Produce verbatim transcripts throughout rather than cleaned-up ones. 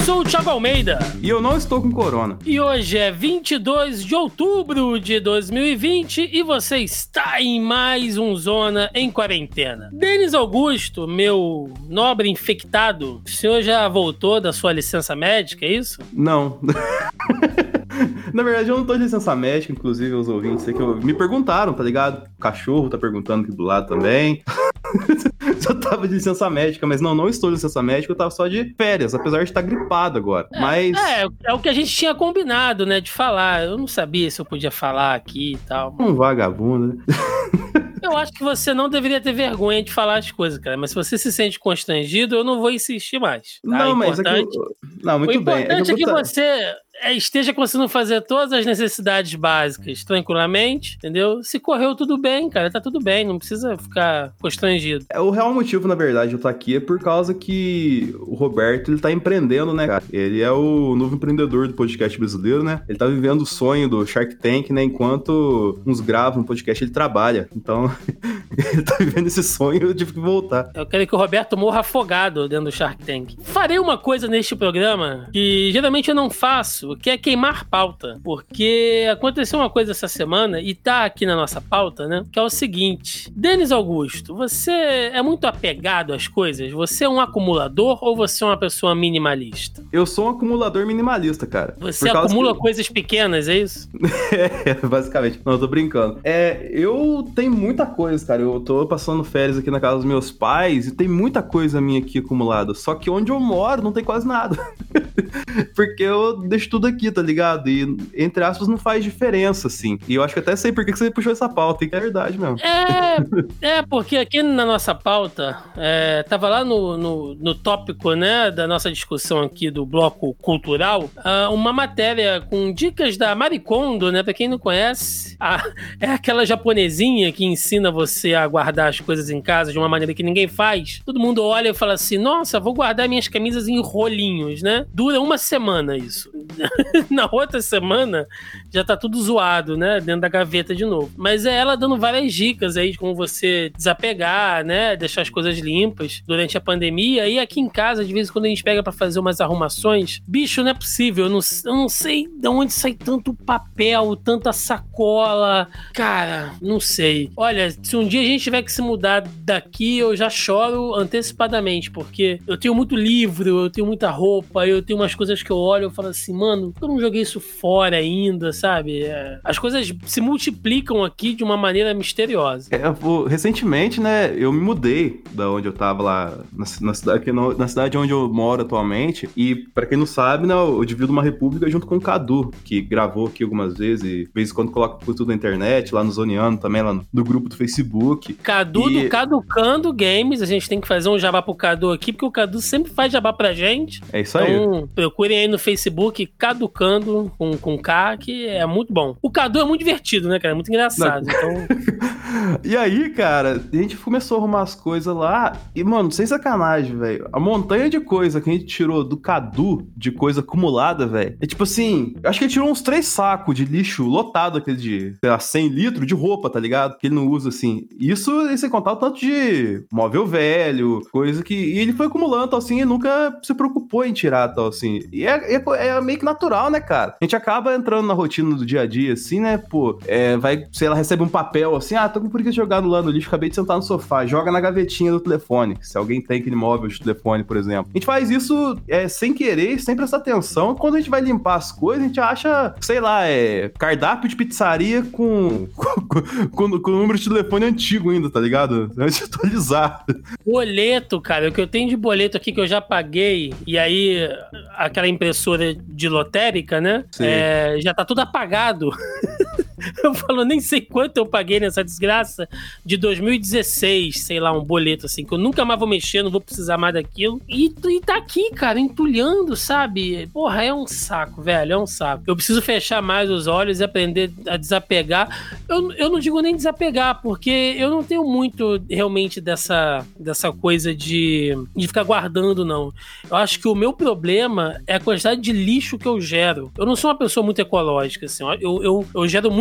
sou o Thiago Almeida. E eu não estou com corona. E hoje é vinte e dois de outubro de dois mil e vinte e você está em mais um Zona em Quarentena. Denis Augusto, meu nobre infectado, o senhor já voltou da sua licença médica, é isso? Não. Na verdade, eu não tô de licença médica, inclusive os ouvintes que eu... me perguntaram, tá ligado? O cachorro tá perguntando aqui do lado também. Eu tava de licença médica, mas não, não estou de licença médica, eu tava só de férias, apesar de estar gripado agora. É, mas... é, é o que a gente tinha combinado, né, de falar. Eu não sabia se eu podia falar aqui e tal. Um vagabundo, né? Eu acho que você não deveria ter vergonha de falar as coisas, cara. Mas se você se sente constrangido, eu não vou insistir mais. Tá? Não, mas é que eu... Não, muito o bem. importante é que, é que eu... é que você esteja conseguindo fazer todas as necessidades básicas tranquilamente, entendeu? Se correu tudo bem, cara, tá tudo bem, não precisa ficar constrangido. É, o real motivo, na verdade, de eu estar aqui é por causa que o Roberto, ele tá empreendendo, né, cara? Ele é o novo empreendedor do podcast brasileiro, né? Ele tá vivendo o sonho do Shark Tank, né? Enquanto uns gravam um podcast, ele trabalha. Então, ele tá vivendo esse sonho e eu tive que voltar. Eu quero que o Roberto morra afogado dentro do Shark Tank. Farei uma coisa neste programa que geralmente eu não faço, que é queimar pauta, porque aconteceu uma coisa essa semana e tá aqui na nossa pauta, né, que é o seguinte: Denis Augusto, você é muito apegado às coisas? Você é um acumulador ou você é uma pessoa minimalista? Eu sou um acumulador minimalista, cara. Você acumula que... coisas pequenas, é isso? É, basicamente. Não, eu tô brincando. É, eu tenho muita coisa, cara. Eu tô passando férias aqui na casa dos meus pais e tem muita coisa minha aqui acumulada, só que onde eu moro não tem quase nada. Porque eu deixo tudo aqui, tá ligado? E, entre aspas, não faz diferença, assim. E eu acho que até sei por que você puxou essa pauta, e que é verdade mesmo. É, é porque aqui na nossa pauta, é, tava lá no, no, no tópico, né, da nossa discussão aqui do bloco cultural, uh, uma matéria com dicas da Marie Kondo, né, pra quem não conhece, a, é aquela japonesinha que ensina você a guardar as coisas em casa de uma maneira que ninguém faz. Todo mundo olha e fala assim, nossa, vou guardar minhas camisas em rolinhos, né? Dura uma semana isso. Na outra semana já tá tudo zoado, né? Dentro da gaveta de novo. Mas é ela dando várias dicas aí de como você desapegar, né? Deixar as coisas limpas durante a pandemia. E aqui em casa, de vez em quando a gente pega pra fazer umas arrumações. Bicho, não é possível. Eu não, eu não sei de onde sai tanto papel, tanta sacola. Cara, não sei. Olha, se um dia a gente tiver que se mudar daqui, eu já choro antecipadamente, porque eu tenho muito livro, eu tenho muita roupa, eu tenho umas coisas que eu olho e falo assim, mano, eu não joguei isso fora ainda, sabe? É, as coisas se multiplicam aqui de uma maneira misteriosa. É, eu, recentemente, né, eu me mudei da onde eu tava lá, na, na, cidade, na cidade onde eu moro atualmente, e pra quem não sabe, né, eu divido uma república junto com o Cadu, que gravou aqui algumas vezes, e de vez em quando coloca tudo na internet, lá no Zoneando também, lá no, no grupo do Facebook. Cadu e... do Caducando Games, a gente tem que fazer um jabá pro Cadu aqui, porque o Cadu sempre faz jabá pra gente. É isso aí. Então, procurem aí no Facebook, Caducando, com, com K, que é muito bom. O Cadu é muito divertido, né, cara? É muito engraçado. Então... E aí, cara, a gente começou a arrumar as coisas lá e, mano, sem sacanagem, velho, a montanha de coisa que a gente tirou do Cadu, de coisa acumulada, velho, é tipo assim, acho que ele tirou uns três sacos de lixo lotado, aquele de, sei lá, cem litros de roupa, tá ligado? Que ele não usa, assim. Isso sem contar o tanto de móvel velho, coisa que... E ele foi acumulando, tal, assim, e nunca se preocupou em tirar, tal, assim. E é, é, é meio que natural, né, cara? A gente acaba entrando na rotina do dia a dia, assim, né, pô, é, vai, sei lá, recebe um papel, assim, ah, tô com por que jogar lá no lixo, acabei de sentar no sofá, joga na gavetinha do telefone, se alguém tem aquele móvel de telefone, por exemplo. A gente faz isso é, sem querer, sem prestar atenção. Quando a gente vai limpar as coisas, a gente acha, sei lá, é cardápio de pizzaria com, com, com, com o número de telefone antigo ainda, tá ligado? Antes de atualizar. Boleto, cara, o que eu tenho de boleto aqui que eu já paguei, e aí aquela impressora de lotérica, né? É, já tá tudo apagado. Eu falo, nem sei quanto eu paguei nessa desgraça de dois mil e dezesseis, sei lá, um boleto assim, que eu nunca mais vou mexer, não vou precisar mais daquilo. E, e tá aqui, cara, entulhando, sabe? Porra, é um saco, velho, é um saco. Eu preciso fechar mais os olhos e aprender a desapegar. Eu, eu não digo nem desapegar, porque eu não tenho muito realmente dessa, dessa coisa de, de ficar guardando, não. Eu acho que o meu problema é a quantidade de lixo que eu gero. Eu não sou uma pessoa muito ecológica, assim, eu, eu, eu gero muito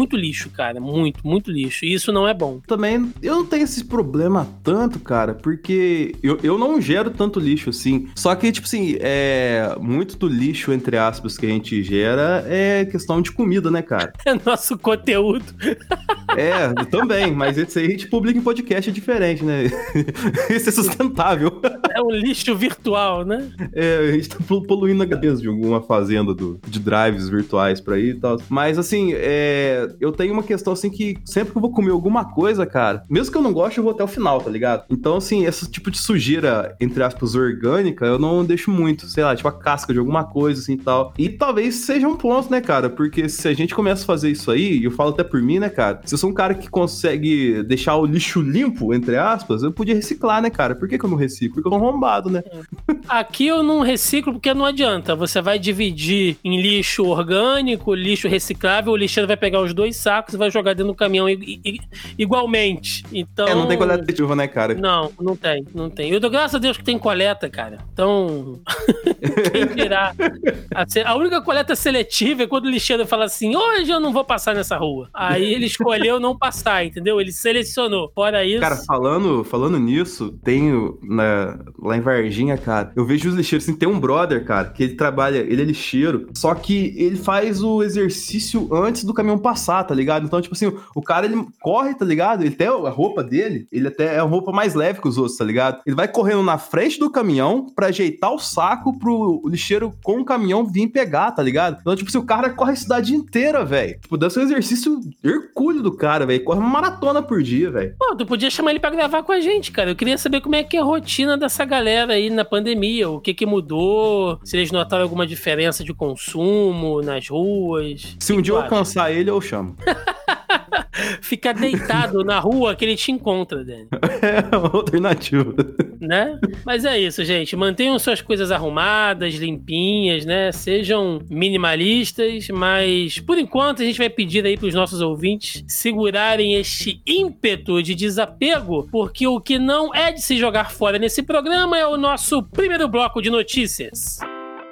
muito lixo, cara. Muito, muito lixo. E isso não é bom. Também, eu não tenho esse problema tanto, cara, porque eu, eu não gero tanto lixo, assim. Só que, tipo assim, é... muito do lixo, entre aspas, que a gente gera é questão de comida, né, cara? É nosso conteúdo. É, também, mas esse aí a gente publica em podcast diferente, né? Esse é sustentável. É um lixo virtual, né? É, a gente tá poluindo a cabeça de alguma fazenda do, de drives virtuais pra aí e tal. Mas, assim, é, eu tenho uma questão, assim, que sempre que eu vou comer alguma coisa, cara, mesmo que eu não goste, eu vou até o final, tá ligado? Então, assim, esse tipo de sujeira, entre aspas, orgânica, eu não deixo muito, sei lá, tipo a casca de alguma coisa, assim, e tal. E talvez seja um ponto, né, cara? Porque se a gente começa a fazer isso aí, e eu falo até por mim, né, cara? Se eu sou um cara que consegue deixar o lixo limpo, entre aspas, eu podia reciclar, né, cara? Por que que eu não reciclo? Porque eu tô arrombado, né? Aqui eu não reciclo porque não adianta. Você vai dividir em lixo orgânico, lixo reciclável, o lixeiro vai pegar os dois sacos e vai jogar dentro do caminhão i- i- igualmente. Então... É, não tem coleta seletiva, né, cara? Não, não tem, não tem. Eu dou graças a Deus que tem coleta, cara. Então, quem dirá? A, se- a única coleta seletiva é quando o lixeiro fala assim, hoje eu não vou passar nessa rua. Aí ele escolheu não passar, entendeu? Ele selecionou. Fora isso... Cara, falando, falando nisso, tenho na, lá em Varginha, cara, eu vejo os lixeiros, assim, tem um brother, cara, que ele trabalha, ele é lixeiro, só que ele faz o exercício antes do caminhão passar, tá ligado? Então, tipo assim, o cara, ele corre, tá ligado? Ele tem a roupa dele, ele até é uma roupa mais leve que os outros, tá ligado? Ele vai correndo na frente do caminhão pra ajeitar o saco pro lixeiro com o caminhão vir pegar, tá ligado? Então, tipo assim, o cara corre a cidade inteira, velho. Tipo, deve ser um exercício hercúleo do cara, velho. Corre uma maratona por dia, velho. Pô, tu podia chamar ele pra gravar com a gente, cara. Eu queria saber como é que é a rotina dessa galera aí na pandemia. O que que mudou, se eles notaram alguma diferença de consumo nas ruas. Se um dia eu alcançar ele, eu chamo. Fica deitado na rua que ele te encontra, Dani. É uma alternativa. Né? Mas é isso, gente. Mantenham suas coisas arrumadas, limpinhas, né? Sejam minimalistas, mas por enquanto a gente vai pedir aí pros nossos ouvintes segurarem este ímpeto de desapego, porque o que não é de se jogar fora nesse programa é o nosso primeiro bloco de notícias.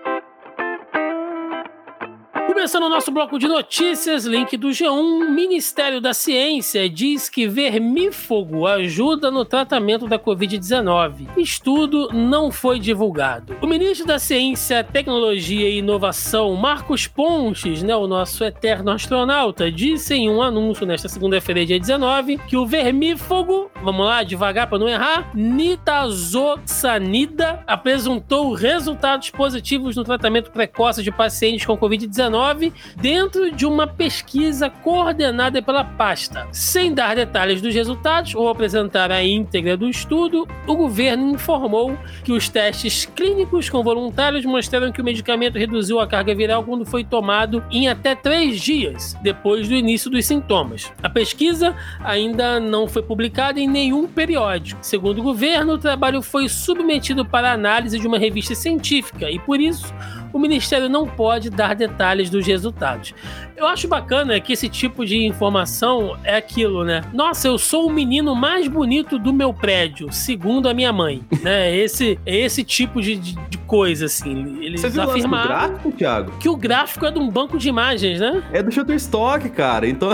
Começando o nosso bloco de notícias, link do G um, Ministério da Ciência diz que vermífugo ajuda no tratamento da covid dezenove. Estudo não foi divulgado. O ministro da Ciência, Tecnologia e Inovação, Marcos Pontes, né, o nosso eterno astronauta, disse em um anúncio nesta segunda-feira, dia dezenove, que o vermífugo, vamos lá, devagar para não errar, nitazoxanida, apresentou resultados positivos no tratamento precoce de pacientes com covid dezenove dentro de uma pesquisa coordenada pela pasta. Sem dar detalhes dos resultados ou apresentar a íntegra do estudo, o governo informou que os testes clínicos com voluntários mostraram que o medicamento reduziu a carga viral quando foi tomado em até três dias, depois do início dos sintomas. A pesquisa ainda não foi publicada em nenhum periódico. Segundo o governo, o trabalho foi submetido para análise de uma revista científica e, por isso, o Ministério não pode dar detalhes dos resultados. Eu acho bacana que esse tipo de informação é aquilo, né? Nossa, eu sou o menino mais bonito do meu prédio, segundo a minha mãe, né? Esse, é esse tipo de, de, de coisa, assim. Eles Você viu o lance do afirmaram gráfico, Thiago? que o gráfico é de um banco de imagens, né? É do Shutterstock, cara. Então...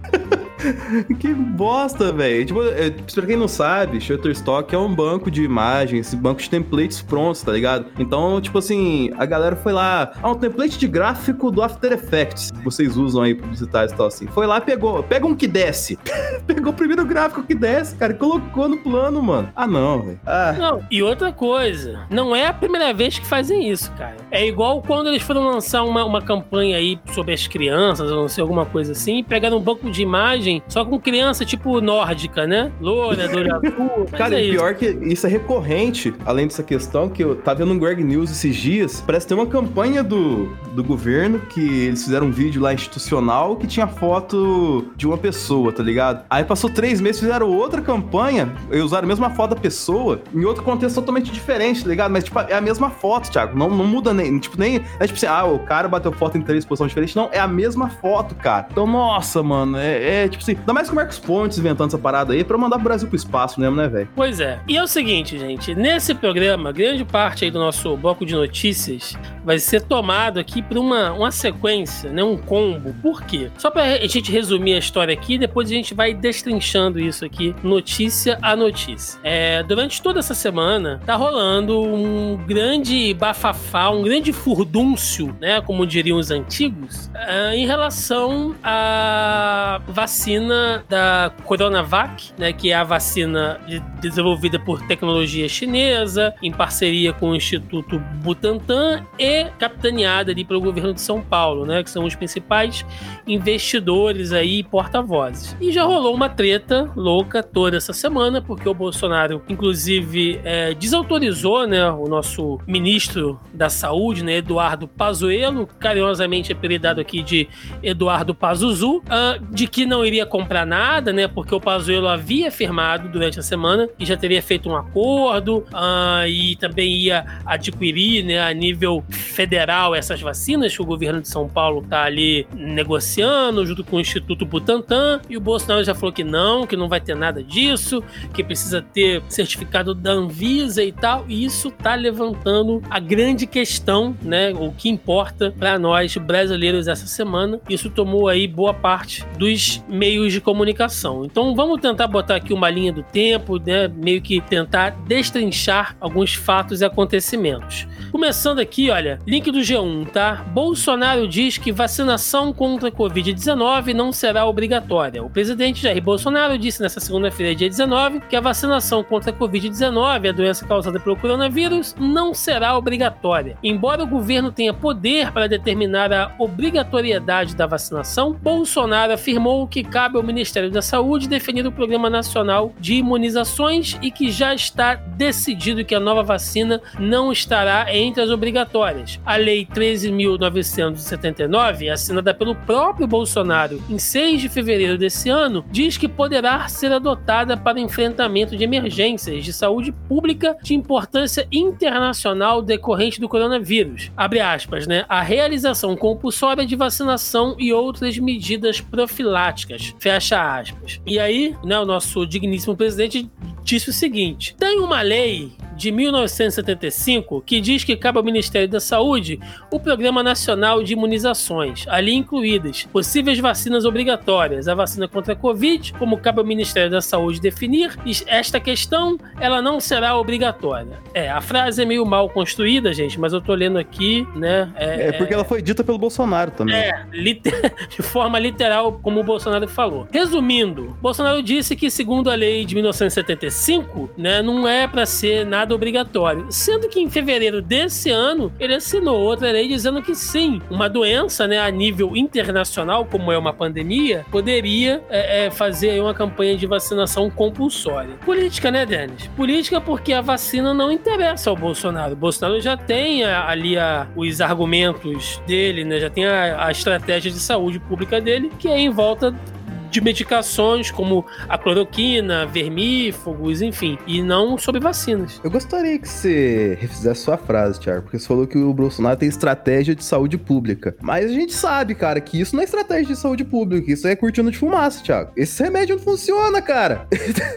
Que bosta, velho. Tipo, é, pra quem não sabe, Shutterstock é um banco de imagens, banco de templates prontos, tá ligado? Então, tipo assim, a galera foi lá, ah, um template de gráfico do After Effects, que vocês usam aí publicitários e tal assim. Foi lá, pegou, pega um que desce. Pegou o primeiro gráfico que desce, cara, e colocou no plano, mano. Ah, não, velho. Ah. Não, e outra coisa, não é a primeira vez que fazem isso, cara. É igual quando eles foram lançar uma, uma campanha aí sobre as crianças, ou não sei, alguma coisa assim, pegaram um banco de imagem só com criança, tipo, nórdica, né? Loura, do olho azul. Cara, é e isso. pior que isso é recorrente, além dessa questão, que eu tava vendo no Greg News esses dias, parece ter uma campanha do, do governo, que eles fizeram um vídeo lá institucional que tinha foto de uma pessoa, tá ligado? Aí passou três meses, fizeram outra campanha, e usaram a mesma foto da pessoa, em outro contexto totalmente diferente, tá ligado? Mas, tipo, é a mesma foto, Thiago, não, não muda nem, tipo, nem, é tipo assim, ah, o cara bateu foto em três posições diferentes, não, é a mesma foto, cara. Então, nossa, mano, é, é tipo assim, ainda mais com o Marcos Pontes inventando essa parada aí pra mandar o Brasil pro espaço mesmo, né, velho? Pois é. E é o seguinte, gente, nesse programa, grande parte aí do nosso bloco de notícias vai ser tomado aqui por uma, uma sequência, né, um combo. Por quê? Só pra gente resumir a história aqui, depois a gente vai destrinchando isso aqui, notícia a notícia. É, durante toda essa semana, tá rolando um grande bafafá, um grande furdúncio, né, como diriam os antigos, é, em relação à vacina da Coronavac, né, que é a vacina de, desenvolvida por tecnologia chinesa, em parceria com o Instituto Butantan e capitaneada ali pelo governo de São Paulo, né, que são os principais investidores aí, porta-vozes. E já rolou uma treta louca toda essa semana, porque o Bolsonaro, inclusive, é, desautorizou, né, o nosso ministro da Saúde, né, Eduardo Pazuello, carinhosamente apelidado aqui de Eduardo Pazuzu, uh, de que não iria comprar nada, né, porque o Pazuello havia afirmado durante a semana que já teria feito um acordo uh, e também ia adquirir, né, a nível federal essas vacinas que o governo de São Paulo está ali negociando junto com o Instituto Butantan, e o Bolsonaro já falou que não, que não vai ter nada disso, que precisa ter certificado da Anvisa e tal, e isso tá levantando a grande questão, né, o que importa para nós brasileiros essa semana. Isso tomou aí boa parte dos meios de comunicação. Então vamos tentar botar aqui uma linha do tempo, né, meio que tentar destrinchar alguns fatos e acontecimentos. Começando aqui, olha, link do G um, tá? Bolsonaro diz que vacinação contra a covid dezenove não será obrigatória. O presidente Jair Bolsonaro disse nesta segunda-feira, dia dezenove, que a vacinação contra a covid dezenove, a doença causada pelo coronavírus, não será obrigatória. Embora o governo tenha poder para determinar a obrigatoriedade da vacinação, Bolsonaro afirmou que cabe ao Ministério da Saúde definir o Programa Nacional de Imunizações e que já está decidido que a nova vacina não estará entre as obrigatórias. A Lei treze mil novecentos e setenta e nove, assinada pelo próprio Bolsonaro em seis de fevereiro desse ano, diz que poderá ser adotada para enfrentamento de emergências de saúde pública de importância internacional decorrente do coronavírus. Abre aspas, né? A realização compulsória de vacinação e outras medidas profiláticas. Fecha aspas. E aí, né, o nosso digníssimo presidente disse o seguinte: tem uma lei de mil novecentos e setenta e cinco que diz que cabe ao Ministério da Saúde o Programa Nacional de Imunizações, ali incluídas possíveis vacinas obrigatórias, a vacina contra a Covid, como cabe ao Ministério da Saúde definir, esta questão, ela não será obrigatória. É, a frase é meio mal construída, gente, mas eu tô lendo aqui, né? É, é porque ela foi dita pelo Bolsonaro também. É, liter... de forma literal, como o Bolsonaro falou. Resumindo, Bolsonaro disse que, segundo a lei de mil novecentos e setenta e cinco, né, não é para ser nada obrigatório, sendo que em fevereiro desse ano ele assinou outra lei dizendo que sim, uma doença, né, a nível internacional, como é uma pandemia, poderia é, é, fazer uma campanha de vacinação compulsória. Política, né, Denis? Política porque a vacina não interessa ao Bolsonaro. O Bolsonaro já tem a, ali a, os argumentos dele, né, já tem a, a estratégia de saúde pública dele, que é em volta de medicações como a cloroquina, vermífugos, enfim, e não sobre vacinas. Eu gostaria que você refizesse sua frase, Thiago, porque você falou que o Bolsonaro tem estratégia de saúde pública. Mas a gente sabe, cara, que isso não é estratégia de saúde pública, isso é cortina de fumaça, Thiago. Esse remédio não funciona, cara.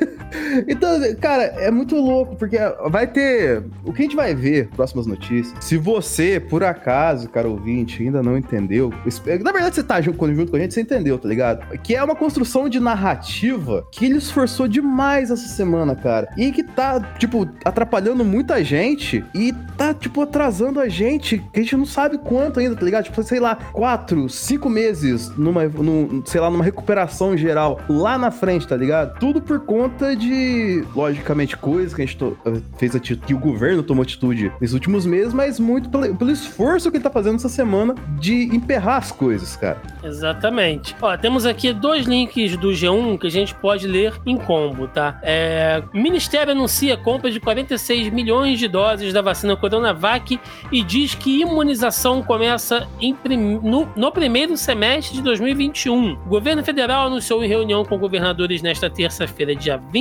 Então, cara, é muito louco, porque vai ter... O que a gente vai ver, próximas notícias, se você, por acaso, cara ouvinte, ainda não entendeu, na verdade você tá junto, junto com a gente, você entendeu, tá ligado? Que é uma construção de narrativa que ele esforçou demais essa semana, cara, e que tá, tipo, atrapalhando muita gente e tá, tipo, atrasando a gente, que a gente não sabe quanto ainda, tá ligado? Tipo, sei lá, quatro, cinco meses numa, num, sei lá, numa recuperação geral lá na frente, tá ligado? Tudo por conta de, logicamente, coisas que a gente to- fez atitude, que o governo tomou atitude nesses últimos meses, mas muito pelo, pelo esforço que ele tá fazendo essa semana de emperrar as coisas, cara. Exatamente. Ó, temos aqui dois links do G um que a gente pode ler em combo, tá? É, o Ministério anuncia a compra de quarenta e seis milhões de doses da vacina Coronavac e diz que imunização começa em prim... no, no primeiro semestre de dois mil e vinte e um. O governo federal anunciou em reunião com governadores nesta terça-feira, dia vinte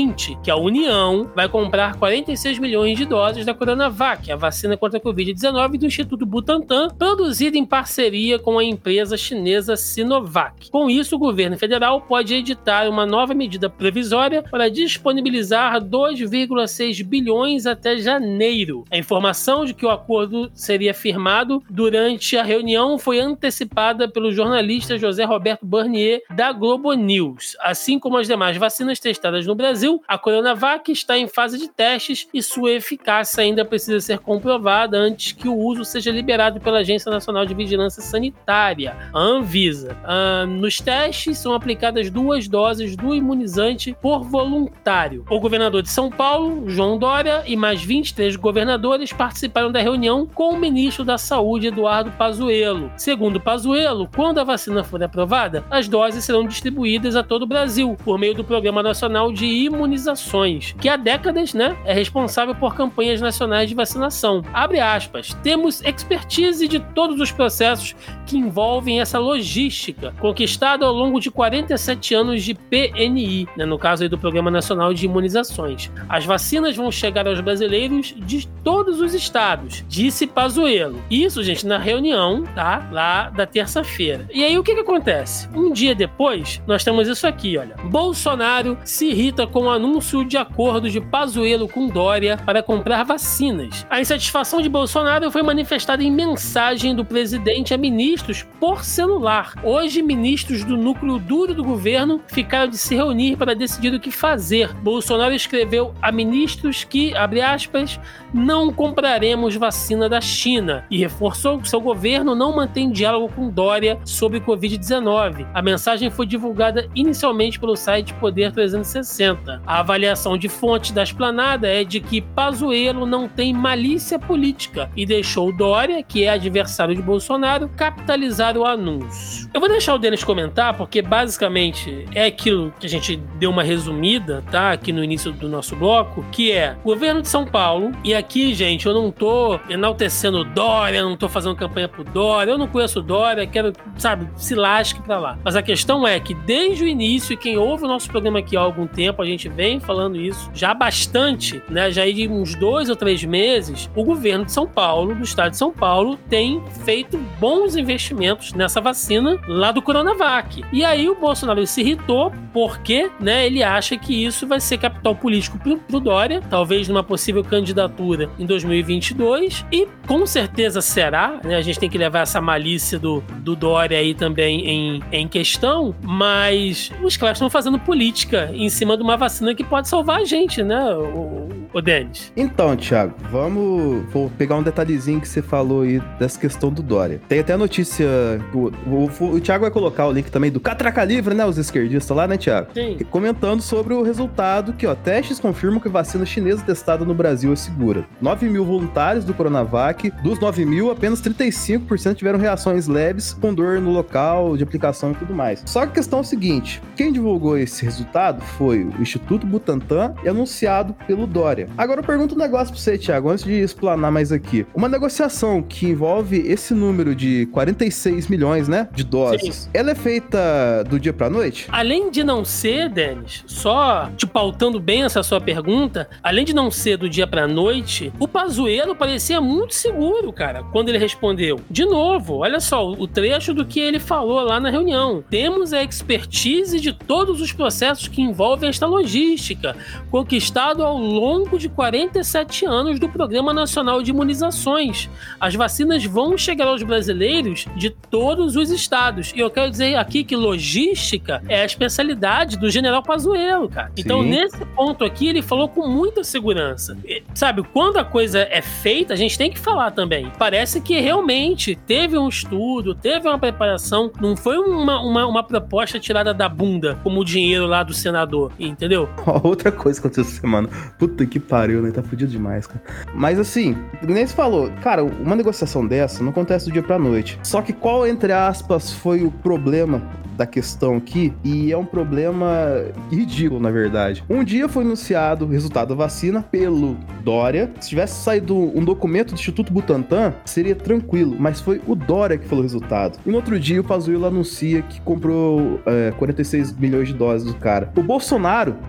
vinte, que a União vai comprar quarenta e seis milhões de doses da Coronavac, a vacina contra a covid dezenove do Instituto Butantan, produzida em parceria com a empresa chinesa Sinovac. Com isso, o governo federal pode editar uma nova medida provisória para disponibilizar dois vírgula seis bilhões até janeiro. A informação de que o acordo seria firmado durante a reunião foi antecipada pelo jornalista José Roberto Barnier, da Globo News. Assim como as demais vacinas testadas no Brasil, a Coronavac está em fase de testes e sua eficácia ainda precisa ser comprovada antes que o uso seja liberado pela Agência Nacional de Vigilância Sanitária, a Anvisa. Ah, nos testes são aplicadas duas doses do imunizante por voluntário. O governador de São Paulo, João Dória, e mais vinte e três governadores participaram da reunião com o ministro da Saúde, Eduardo Pazuello. Segundo Pazuello, quando a vacina for aprovada, as doses serão distribuídas a todo o Brasil por meio do Programa Nacional de Imunizações, que há décadas, né, é responsável por campanhas nacionais de vacinação. Abre aspas, temos expertise de todos os processos que envolvem essa logística, conquistada ao longo de quarenta e sete anos de P N I, né, no caso aí do Programa Nacional de Imunizações. As vacinas vão chegar aos brasileiros de todos os estados, disse Pazuello. Isso, gente, na reunião, tá? Lá da terça-feira. E aí, o que que acontece? Um dia depois, nós temos isso aqui, olha. Bolsonaro se irrita com o anúncio de acordo de Pazuello com Dória para comprar vacinas. A insatisfação de Bolsonaro foi manifestada em mensagem do presidente a ministros por celular. Hoje, ministros do núcleo duro do governo ficaram de se reunir para decidir o que fazer. Bolsonaro escreveu a ministros que, abre aspas, não compraremos vacina da China e reforçou que seu governo não mantém diálogo com Dória sobre covid dezenove. A mensagem foi divulgada inicialmente pelo site Poder trezentos e sessenta. A avaliação de fontes da esplanada é de que Pazuello não tem malícia política e deixou Dória, que é adversário de Bolsonaro, capitalizar o anúncio. Eu vou deixar o Denis comentar, porque basicamente é aquilo que a gente deu uma resumida, tá? Aqui no início do nosso bloco, que é o governo de São Paulo, e aqui, gente, eu não tô enaltecendo Dória, eu não tô fazendo campanha pro Dória, eu não conheço Dória, quero, sabe, se lasque pra lá. Mas a questão é que desde o início, e quem ouve o nosso programa aqui há algum tempo, a gente vem falando isso já bastante, né? Já de uns dois ou três meses, o governo de São Paulo, do estado de São Paulo, tem feito bons investimentos nessa vacina lá do Coronavac. E aí o Bolsonaro se irritou porque, né, ele acha que isso vai ser capital político pro, pro Dória, talvez numa possível candidatura em dois mil e vinte e dois, e com certeza será, né? A gente tem que levar essa malícia do, do Dória aí também em, em questão, mas os caras estão fazendo política em cima de uma vacina que pode salvar a gente, né, o, o Denis? Então, Thiago, vamos vou pegar um detalhezinho que você falou aí dessa questão do Dória. Tem até a notícia, o, o, o Thiago vai colocar o link também do Catraca Livre, né, os esquerdistas lá, né, Thiago? Sim. Comentando sobre o resultado que, ó, testes confirmam que a vacina chinesa testada no Brasil é segura. nove mil voluntários do Coronavac, dos nove mil, apenas trinta e cinco por cento tiveram reações leves com dor no local de aplicação e tudo mais. Só que a questão é o seguinte, quem divulgou esse resultado foi o Instituto Butantan e anunciado pelo Dória. Agora eu pergunto um negócio pra você, Thiago, antes de explanar mais aqui. Uma negociação que envolve esse número de quarenta e seis milhões, né, de doses, sim, ela é feita do dia pra noite? Além de não ser, Denis, só te pautando bem essa sua pergunta, além de não ser do dia pra noite, o Pazuello parecia muito seguro, cara, quando ele respondeu. De novo, olha só o trecho do que ele falou lá na reunião. Temos a expertise de todos os processos que envolvem esta logística, conquistado ao longo de quarenta e sete anos do Programa Nacional de Imunizações. As vacinas vão chegar aos brasileiros de todos os estados. E eu quero dizer aqui que logística é a especialidade do general Pazuello, cara. Então, sim, nesse ponto aqui, ele falou com muita segurança. E, sabe, quando a coisa é feita, a gente tem que falar também. Parece que realmente teve um estudo, teve uma preparação, não foi uma, uma, uma proposta tirada da bunda, como o dinheiro lá do senador, entendeu? Outra coisa que aconteceu essa semana. Puta que pariu, né? Tá fudido demais, cara. Mas assim, nem se falou, cara, uma negociação dessa não acontece do dia pra noite. Só que qual, entre aspas, foi o problema da questão aqui? E é um problema ridículo, na verdade. Um dia foi anunciado o resultado da vacina pelo Dória. Se tivesse saído um documento do Instituto Butantan, seria tranquilo, mas foi o Dória que falou o resultado. E no outro dia, o Pazuello anuncia que comprou é, quarenta e seis milhões de doses do cara. O Bolsonaro, ele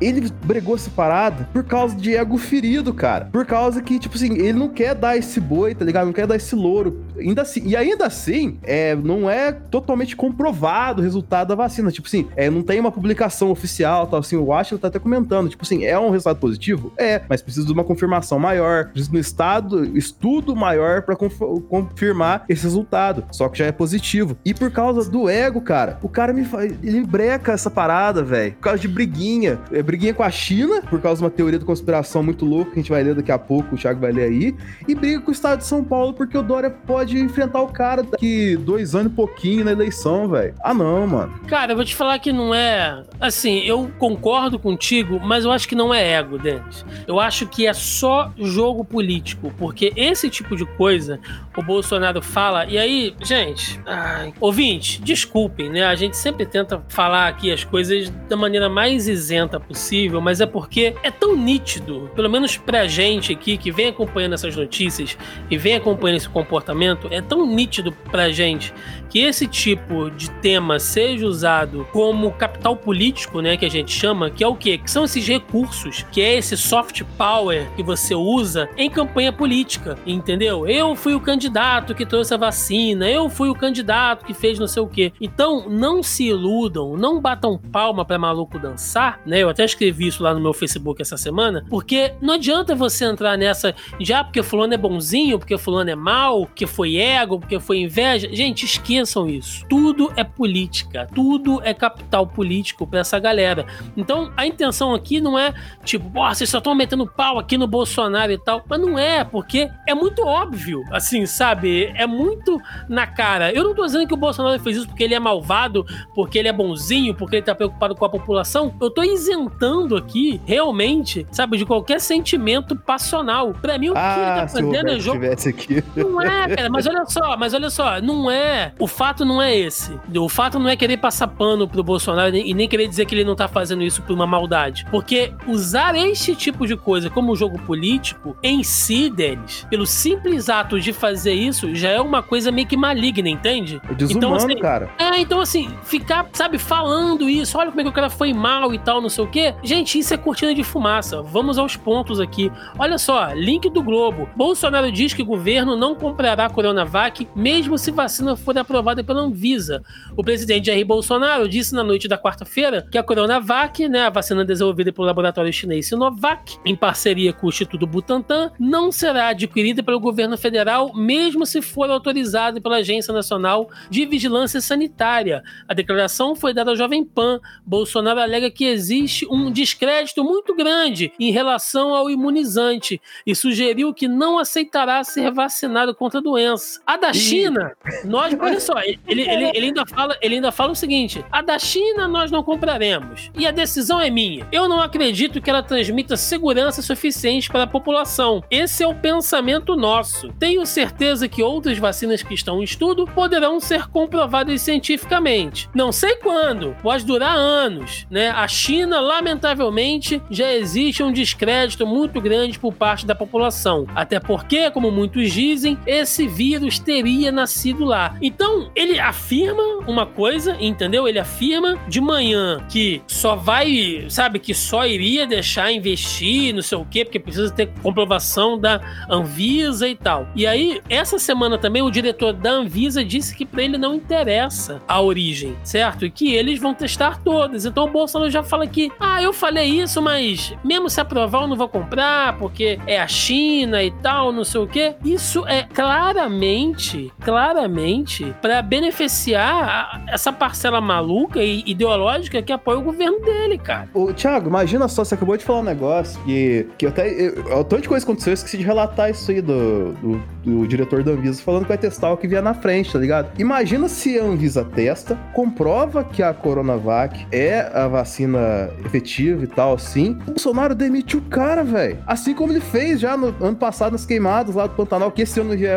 ele bregou essa parada por causa de ego ferido, cara. Por causa que, tipo assim, ele não quer dar esse boi, tá ligado? Não quer dar esse louro. Ainda assim, e ainda assim, é, não é totalmente comprovado o resultado da vacina. Tipo assim, é, não tem uma publicação oficial, tal assim. O Ashton tá até comentando. Tipo assim, é um resultado positivo? É, mas precisa de uma confirmação maior. Precisa de um estado, estudo maior pra conf- confirmar esse resultado. Só que já é positivo. E por causa do ego, cara, o cara me faz, ele breca essa parada, velho. Por causa de briguinha. É, briguinha com a China, por causa de uma teoria da conspiração muito louca, que a gente vai ler daqui a pouco, o Thiago vai ler aí. E briga com o estado de São Paulo, porque o Dória pode enfrentar o cara daqui dois anos e pouquinho na eleição, velho. Ah, não, mano. Cara, eu vou te falar que não é... Assim, eu concordo contigo, mas eu acho que não é ego, Denis. Eu acho que é só jogo político, porque esse tipo de coisa o Bolsonaro fala, e aí, gente, ai, ouvinte, desculpem, né? A gente sempre tenta falar aqui as coisas da maneira mais isenta possível, mas é porque é tão nítido, pelo menos pra gente aqui, que vem acompanhando essas notícias e vem acompanhando esse comportamento, é tão nítido pra gente que esse tipo de tema seja usado como capital político, né, que a gente chama, que é o quê? Que são esses recursos, que é esse soft power que você usa em campanha política, entendeu? Eu fui o candidato que trouxe a vacina, eu fui o candidato que fez não sei o quê. Então, não se iludam, não batam palma pra maluco dançar, né? Eu até escrevi isso lá no meu Facebook essa semana, porque não adianta você entrar nessa já porque fulano é bonzinho, porque fulano é mal, porque foi ego, porque foi inveja. Gente, esqueçam isso. Tudo é política, tudo é capital político pra essa galera. Então, a intenção aqui não é tipo, pô, vocês só estão metendo pau aqui no Bolsonaro e tal, mas não é, porque é muito óbvio, assim, sabe? É muito na cara. Eu não tô dizendo que o Bolsonaro fez isso porque ele é malvado, porque ele é bonzinho, porque ele tá preocupado com a população. Eu tô isentando aqui, realmente, sabe, de qualquer sentimento passional. Pra mim, o que ah, ele tá fazendo é jogo... aqui. Não é, cara, mas olha só, mas olha só, não é... O fato não é esse. O fato não é querer passar pano pro Bolsonaro e nem querer dizer que ele não tá fazendo isso por uma maldade. Porque usar este tipo de coisa como jogo político, em si, deles, pelo simples ato de fazer isso, já é uma coisa meio que maligna, entende? É desumano, então, assim, cara. É, então assim, ficar, sabe, falando isso, olha como é que o cara foi mal e tal, não sei o quê. Gente, isso é cortina de fumaça. Vamos aos pontos aqui. Olha só, link do Globo. Bolsonaro diz que o governo não comprará Coronavac, mesmo se vacina for aprovada pela Anvisa. O presidente Jair Bolsonaro disse na noite da quarta-feira que a Coronavac, né, a vacina desenvolvida pelo laboratório chinês Sinovac, em parceria com o Instituto Butantan, não será adquirida pelo governo federal, mesmo se for autorizada pela Agência Nacional de Vigilância Sanitária. A declaração foi dada ao Jovem Pan. Bolsonaro alega que existe um descrédito muito grande em relação ao imunizante e sugeriu que não aceitará ser vacinado contra a doença. A da China, nós, olha só, ele, ele, ele, ainda fala, ele ainda fala o seguinte: a da China nós não compraremos e a decisão é minha. Eu não acredito que ela transmita segurança suficiente para a população. Esse é o pensamento nosso. Tenho certeza que outras vacinas que estão em estudo poderão ser comprovadas cientificamente. Não sei quando, pode durar anos, né? A China, lamentavelmente, já existe um descrédito muito grande por parte da população. Até porque, como muitos dizem, esse vírus teria nascido lá. Então, ele afirma uma coisa, entendeu? Ele afirma de manhã que só vai, sabe, que só iria deixar investir, não sei o quê, porque precisa ter comprovação da Anvisa e tal. E aí, essa semana também, o diretor da Anvisa disse que pra ele não interessa a origem, certo? E que eles vão testar todas. Então o Bolsonaro já fala que, ah, eu falei isso, mas mesmo se aprovar eu não vou comprar, porque é a China e tal, não sei o quê. Isso é claramente, claramente, pra beneficiar essa parcela maluca e ideológica que apoia o governo dele, cara. Ô, Thiago, imagina só, você acabou de falar um negócio que, que eu até... Eu, tanto de coisa aconteceu, eu esqueci de relatar isso aí do, do, do diretor da Anvisa falando que vai testar o que vier na frente, tá ligado? Imagina se a Anvisa testa, comprova que a Coronavac é a vacina efetiva e tal, assim, o Bolsonaro demite o cara, velho. Assim como ele fez já no ano passado nas queimadas lá do Pantanal, que esse ano já era o pior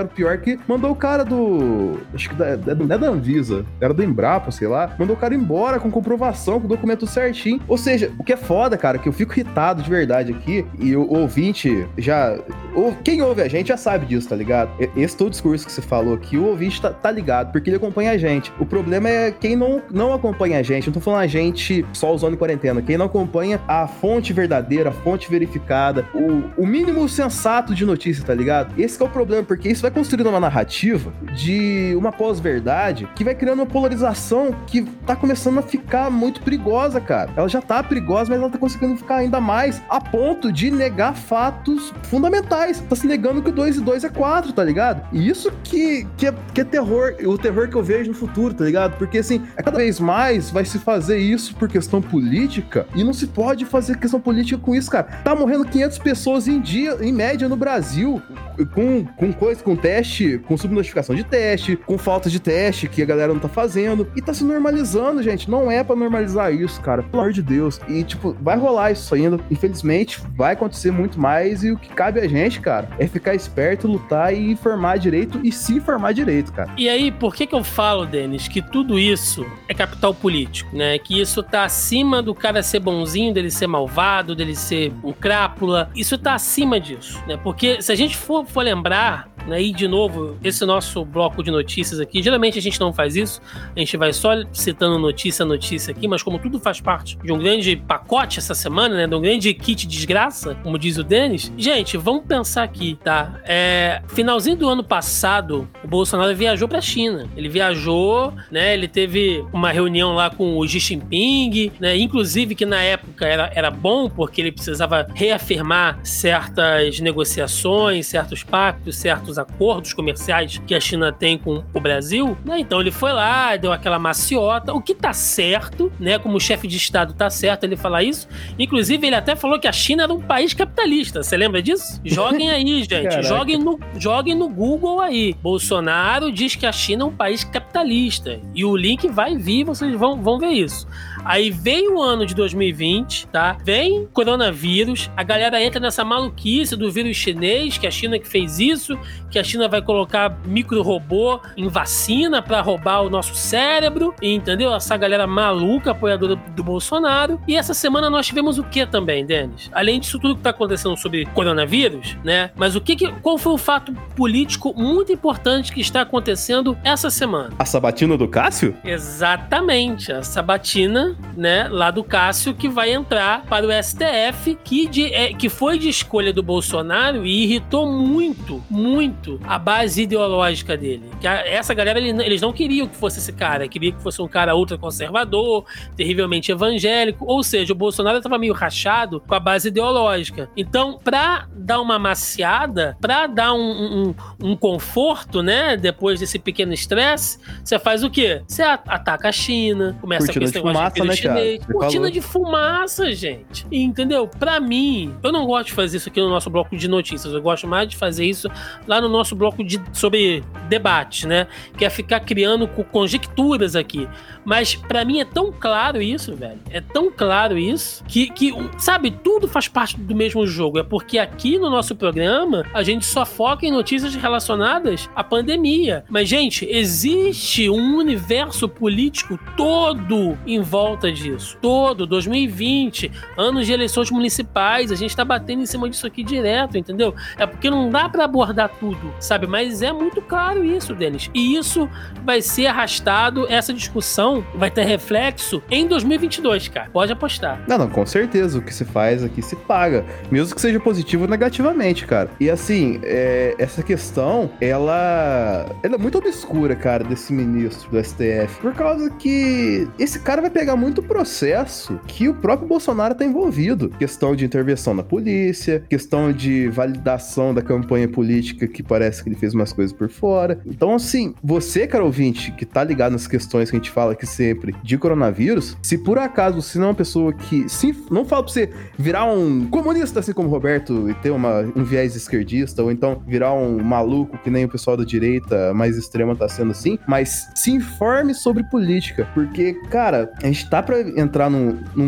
que mandou o cara do... Acho que da, da, não é da Anvisa, era do Embrapa, sei lá. Mandou o cara embora com comprovação, com o documento certinho. Ou seja, o que é foda, cara, que eu fico irritado de verdade aqui, e o ouvinte já... Ou, quem ouve a gente já sabe disso, tá ligado? Esse todo discurso que você falou aqui, o ouvinte tá, tá ligado, porque ele acompanha a gente. O problema é quem não, não acompanha a gente. Não tô falando a gente só usando em quarentena. Quem não acompanha a fonte verdadeira, a fonte verificada, o, o mínimo sensato de notícia, tá ligado? Esse que é o problema, porque isso vai construindo uma narrativa de uma pós-verdade que vai criando uma polarização que tá começando a ficar muito perigosa, cara. Ela já tá perigosa, mas ela tá conseguindo ficar ainda mais a ponto de negar fatos fundamentais. Tá se negando que o dois e dois é quatro, tá ligado? E isso que, que, é, que é terror, o terror que eu vejo no futuro, tá ligado? Porque, assim, é cada vez mais vai se fazer isso por questão política e não se pode fazer questão política com isso, cara. Tá morrendo quinhentas pessoas em dia, em média, no Brasil, com, com coisa, com teste, com subnotificação de teste, com falta de teste que a galera não tá fazendo, e tá se normalizando, gente. Não é pra normalizar isso, cara, pelo amor de Deus. E, tipo, vai rolar isso ainda, infelizmente, vai acontecer muito mais, e o que cabe a gente, cara, é ficar esperto, lutar e informar direito, e se informar direito, cara. E aí, por que que eu falo, Denis, que tudo isso é capital político, né? Que isso tá acima do cara ser bonzinho, dele ser malvado, dele ser um crápula. Isso tá acima disso, né? Porque se a gente for, for lembrar, né, e de novo, esse nosso bloco de notícias aqui, geralmente a gente não faz isso, a gente vai só citando notícia a notícia aqui, mas como tudo faz parte de um grande pacote essa semana, né, de um grande kit desgraça, como diz o Denis, gente, vamos pensar aqui, tá? É, finalzinho do ano passado, o Bolsonaro viajou pra China. Ele viajou, né, ele teve uma reunião lá com o Xi Jinping, né, inclusive que na época era, era bom, porque ele precisava reafirmar certas negociações, certos pactos, certos acordos comerciais que a China tem com o Brasil, né? Então ele foi lá, deu aquela maciota, o que tá certo, né? Como chefe de Estado tá certo ele falar isso. Inclusive, ele até falou que a China era um país capitalista. Você lembra disso? Joguem aí, gente. Joguem no, joguem no Google aí. Bolsonaro diz que a China é um país capitalista. E o link vai vir, vocês vão, vão ver isso. Aí veio o ano de dois mil e vinte, tá? Vem coronavírus, a galera entra nessa maluquice do vírus chinês, que a China que fez isso, que a China vai colocar micro-robô em vacina pra roubar o nosso cérebro, entendeu? Essa galera maluca, apoiadora do Bolsonaro. E essa semana nós tivemos o que também, Denis? Além disso tudo que tá acontecendo sobre coronavírus, né? Mas o que que, qual foi o fato político muito importante que está acontecendo essa semana? A sabatina do Cássio? Exatamente, a sabatina, né, lá do Cássio, que vai entrar para o S T F, que, de, é, que foi de escolha do Bolsonaro e irritou muito, muito a base ideológica dele. Que a, essa galera, ele, eles não queriam que fosse esse cara, queriam que fosse um cara ultraconservador, terrivelmente evangélico, ou seja, o Bolsonaro estava meio rachado com a base ideológica. Então, para dar uma maciada, para dar um, um, um conforto, né, depois desse pequeno estresse, você faz o quê? Você ataca a China, começa Cortina com esse de negócio fumaça, de né, chinês. cara? Cortina falou. de fumaça, gente. Entendeu? Pra mim, eu não gosto de fazer isso aqui no nosso bloco de notícias. Eu gosto mais de fazer isso lá no nosso bloco de, sobre debate, né? Que é ficar criando conjecturas aqui. Mas pra mim é tão claro isso, velho. É tão claro isso que, que, sabe, tudo faz parte do mesmo jogo. É porque aqui no nosso programa a gente só foca em notícias relacionadas à pandemia. Mas, gente, existe um universo político todo em volta disso. Todo. dois mil e vinte, anos de eleições municipais, a gente tá batendo em cima disso aqui direto, entendeu? É porque não dá pra abordar tudo, sabe? Mas é muito claro isso, Denis. E isso vai ser arrastado, essa discussão vai ter reflexo em dois mil e vinte e dois, cara. Pode apostar. Não, não, com certeza. O que se faz aqui se paga. Mesmo que seja positivo ou negativamente, cara. E assim, é, essa questão, ela, ela é muito obscura, cara, desse ministro do S T F. Por causa que esse cara vai pegar muito processo que o próprio Bolsonaro tá envolvido. Questão de intervenção na polícia, questão de validação da campanha política, que parece que ele fez umas coisas por fora. Então, assim, você, cara ouvinte, que tá ligado nas questões que a gente fala aqui sempre de coronavírus, se por acaso você não é uma pessoa que... Sim, não falo pra você virar um comunista, assim como o Roberto, e ter uma, um viés esquerdista, ou então virar um maluco que nem o pessoal da direita mais extrema tá sendo assim, mas se informe sobre política, porque, cara, a gente tá pra entrar num, num momento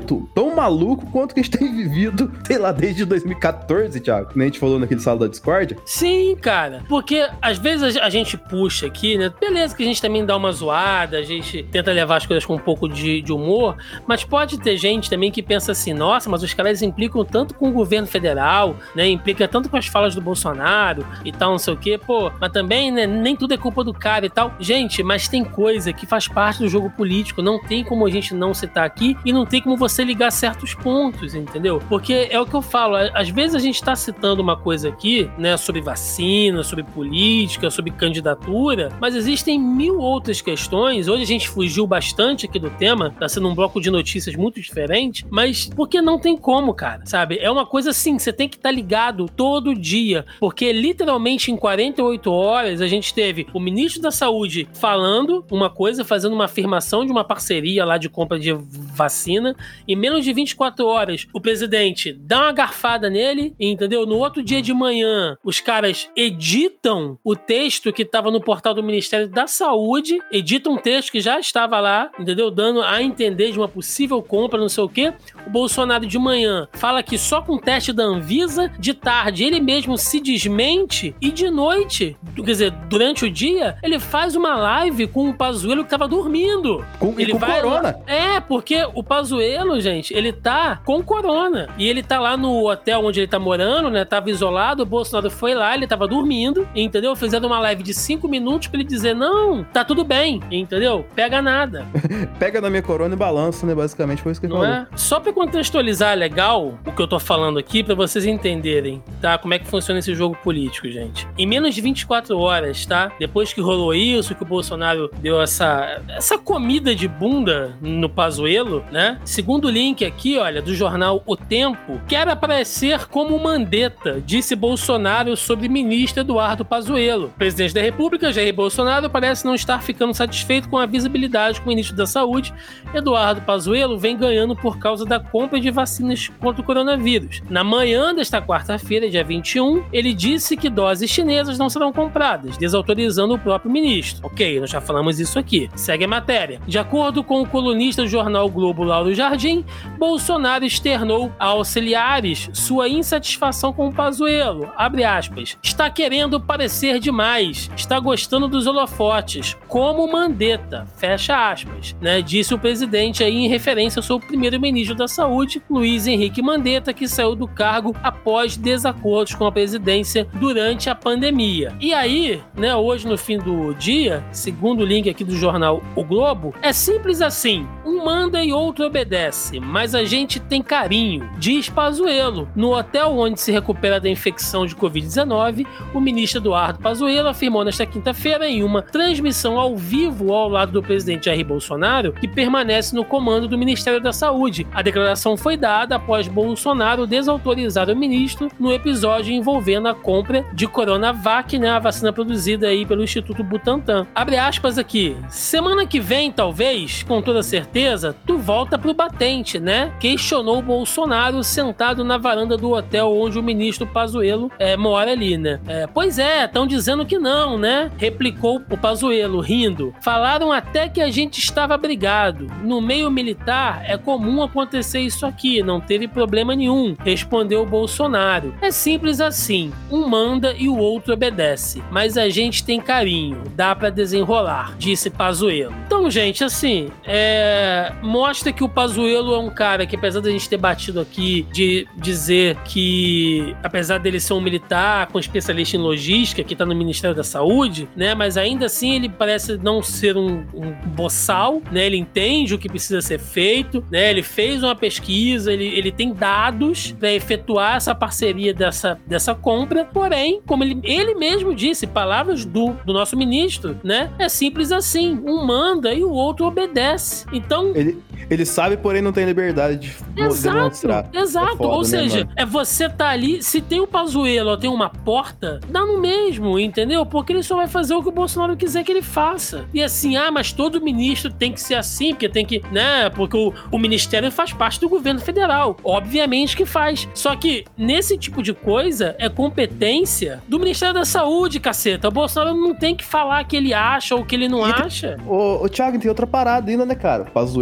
momento tão maluco quanto que a gente tem vivido, sei lá, desde dois mil e catorze, Thiago, nem a gente falou naquele sala da Discord. Sim, cara, porque às vezes a gente puxa aqui, né, beleza que a gente também dá uma zoada, a gente tenta levar as coisas com um pouco de, de humor, mas pode ter gente também que pensa assim, nossa, mas os caras implicam tanto com o governo federal, né, implica tanto com as falas do Bolsonaro e tal, não sei o quê, pô, mas também, né, nem tudo é culpa do cara e tal. Gente, mas tem coisa que faz parte do jogo político, não tem como a gente não citar aqui e não tem como você ligar certos pontos, entendeu? Porque é o que eu falo, às vezes a gente tá citando uma coisa aqui, né, sobre vacina, sobre política, sobre candidatura, mas existem mil outras questões. Hoje a gente fugiu bastante aqui do tema, tá sendo um bloco de notícias muito diferente, mas porque não tem como, cara, sabe? É uma coisa assim, você tem que estar tá ligado todo dia, porque literalmente em quarenta e oito horas a gente teve o ministro da Saúde falando uma coisa, fazendo uma afirmação de uma parceria lá de compra de vacina, em menos de vinte e quatro horas o presidente dá uma garfada nele, entendeu? No outro dia de manhã os caras editam o texto que estava no portal do Ministério da Saúde, editam um texto que já estava lá, entendeu? Dando a entender de uma possível compra, não sei o quê. O Bolsonaro de manhã fala que só com teste da Anvisa, de tarde ele mesmo se desmente e de noite, quer dizer, durante o dia, ele faz uma live com o Pazuello que tava dormindo. Com, ele com vai corona. Lá... É, porque o Pazuello, gente, ele tá com corona. E ele tá lá no hotel onde ele tá morando, né? Tava isolado, o Bolsonaro foi lá, ele tava dormindo, entendeu? Fizeram uma live de cinco minutos pra ele dizer, não, tá tudo bem, entendeu? Pega nada. Pega na minha corona e balança, né? Basicamente foi isso que ele não falou. É? Só pra contextualizar legal o que eu tô falando aqui, pra vocês entenderem, tá? Como é que funciona esse jogo político, gente. Em menos de vinte e quatro horas, tá? Depois que rolou isso, que o Bolsonaro deu essa, essa comida de bunda no Pazuello, né? Segundo o link aqui, olha, do jornal O Tempo, quer aparecer como Mandetta, disse Bolsonaro sobre ministro Eduardo Pazuello. O presidente da República, Jair Bolsonaro, parece não estar ficando satisfeito com a visibilidade com o ministro da Saúde. Eduardo Pazuello vem ganhando por causa da compra de vacinas contra o coronavírus. Na manhã desta quarta-feira, dia vinte e um, ele disse que doses chinesas não serão compradas, desautorizando o próprio ministro. Ok, nós já falamos isso aqui. Segue a matéria. De acordo com o colunista do jornal Globo, Lauro Jardim, Bolsonaro externou a auxiliares sua insatisfação com o Pazuello. Abre aspas. Está querendo parecer demais. Está gostando dos holofotes. Como Mandetta. Fecha aspas. Né? Disse o presidente aí em referência ao seu primeiro-ministro da Saúde, Luiz Henrique Mandetta, que saiu do cargo após desacordos com a presidência durante a pandemia. E aí, né, hoje no fim do dia, segundo o link aqui do jornal O Globo, é simples assim. Um manda e outro obedece, mas a gente tem carinho, diz Pazuello. No hotel onde se recupera da infecção de covid dezenove, o ministro Eduardo Pazuello afirmou nesta quinta-feira em uma transmissão ao vivo ao lado do presidente Jair Bolsonaro que permanece no comando do Ministério da Saúde. A declaração foi dada após Bolsonaro desautorizar o ministro no episódio envolvendo a compra de Coronavac, né, a vacina produzida aí pelo Instituto Butantan. Abre aspas aqui. Semana que vem, talvez, com toda certeza, tu volta pro batente, né? Questionou Bolsonaro sentado na varanda do hotel onde o ministro Pazuello é, mora ali, né? É, pois é, estão dizendo que não, né? Replicou o Pazuello, rindo. Falaram até que a gente estava brigado. No meio militar é comum acontecer isso aqui, não teve problema nenhum, respondeu Bolsonaro. É simples assim, um manda e o outro obedece, mas a gente tem carinho, dá pra desenrolar, disse Pazuello. Então, gente, assim, é... mostra que o Pazuello é um cara que, apesar da gente ter batido aqui de dizer que, apesar dele ser um militar com especialista em logística, que tá no Ministério da Saúde, né, mas ainda assim ele parece não ser um, um boçal, né, ele entende o que precisa ser feito, né, ele fez uma pesquisa, ele, ele tem dados para efetuar essa parceria dessa, dessa compra, porém, como ele, ele mesmo disse, palavras do, do nosso ministro, né, é simples assim, um manda e o outro obedece. Então... Ele, ele sabe, porém não tem liberdade de exato, demonstrar. Exato, é foda, ou seja, né, é você tá ali, se tem o Pazuello ou tem uma porta, dá no mesmo, entendeu? Porque ele só vai fazer o que o Bolsonaro quiser que ele faça. E assim, ah, mas todo ministro tem que ser assim, porque tem que, né, porque o, o ministério faz parte do governo federal. Obviamente que faz. Só que nesse tipo de coisa é competência do Ministério da Saúde, caceta. O Bolsonaro não tem que falar que ele acha ou que ele não e acha. O, o Thiago, tem outra parada ainda, né, cara? Pazuello é militar.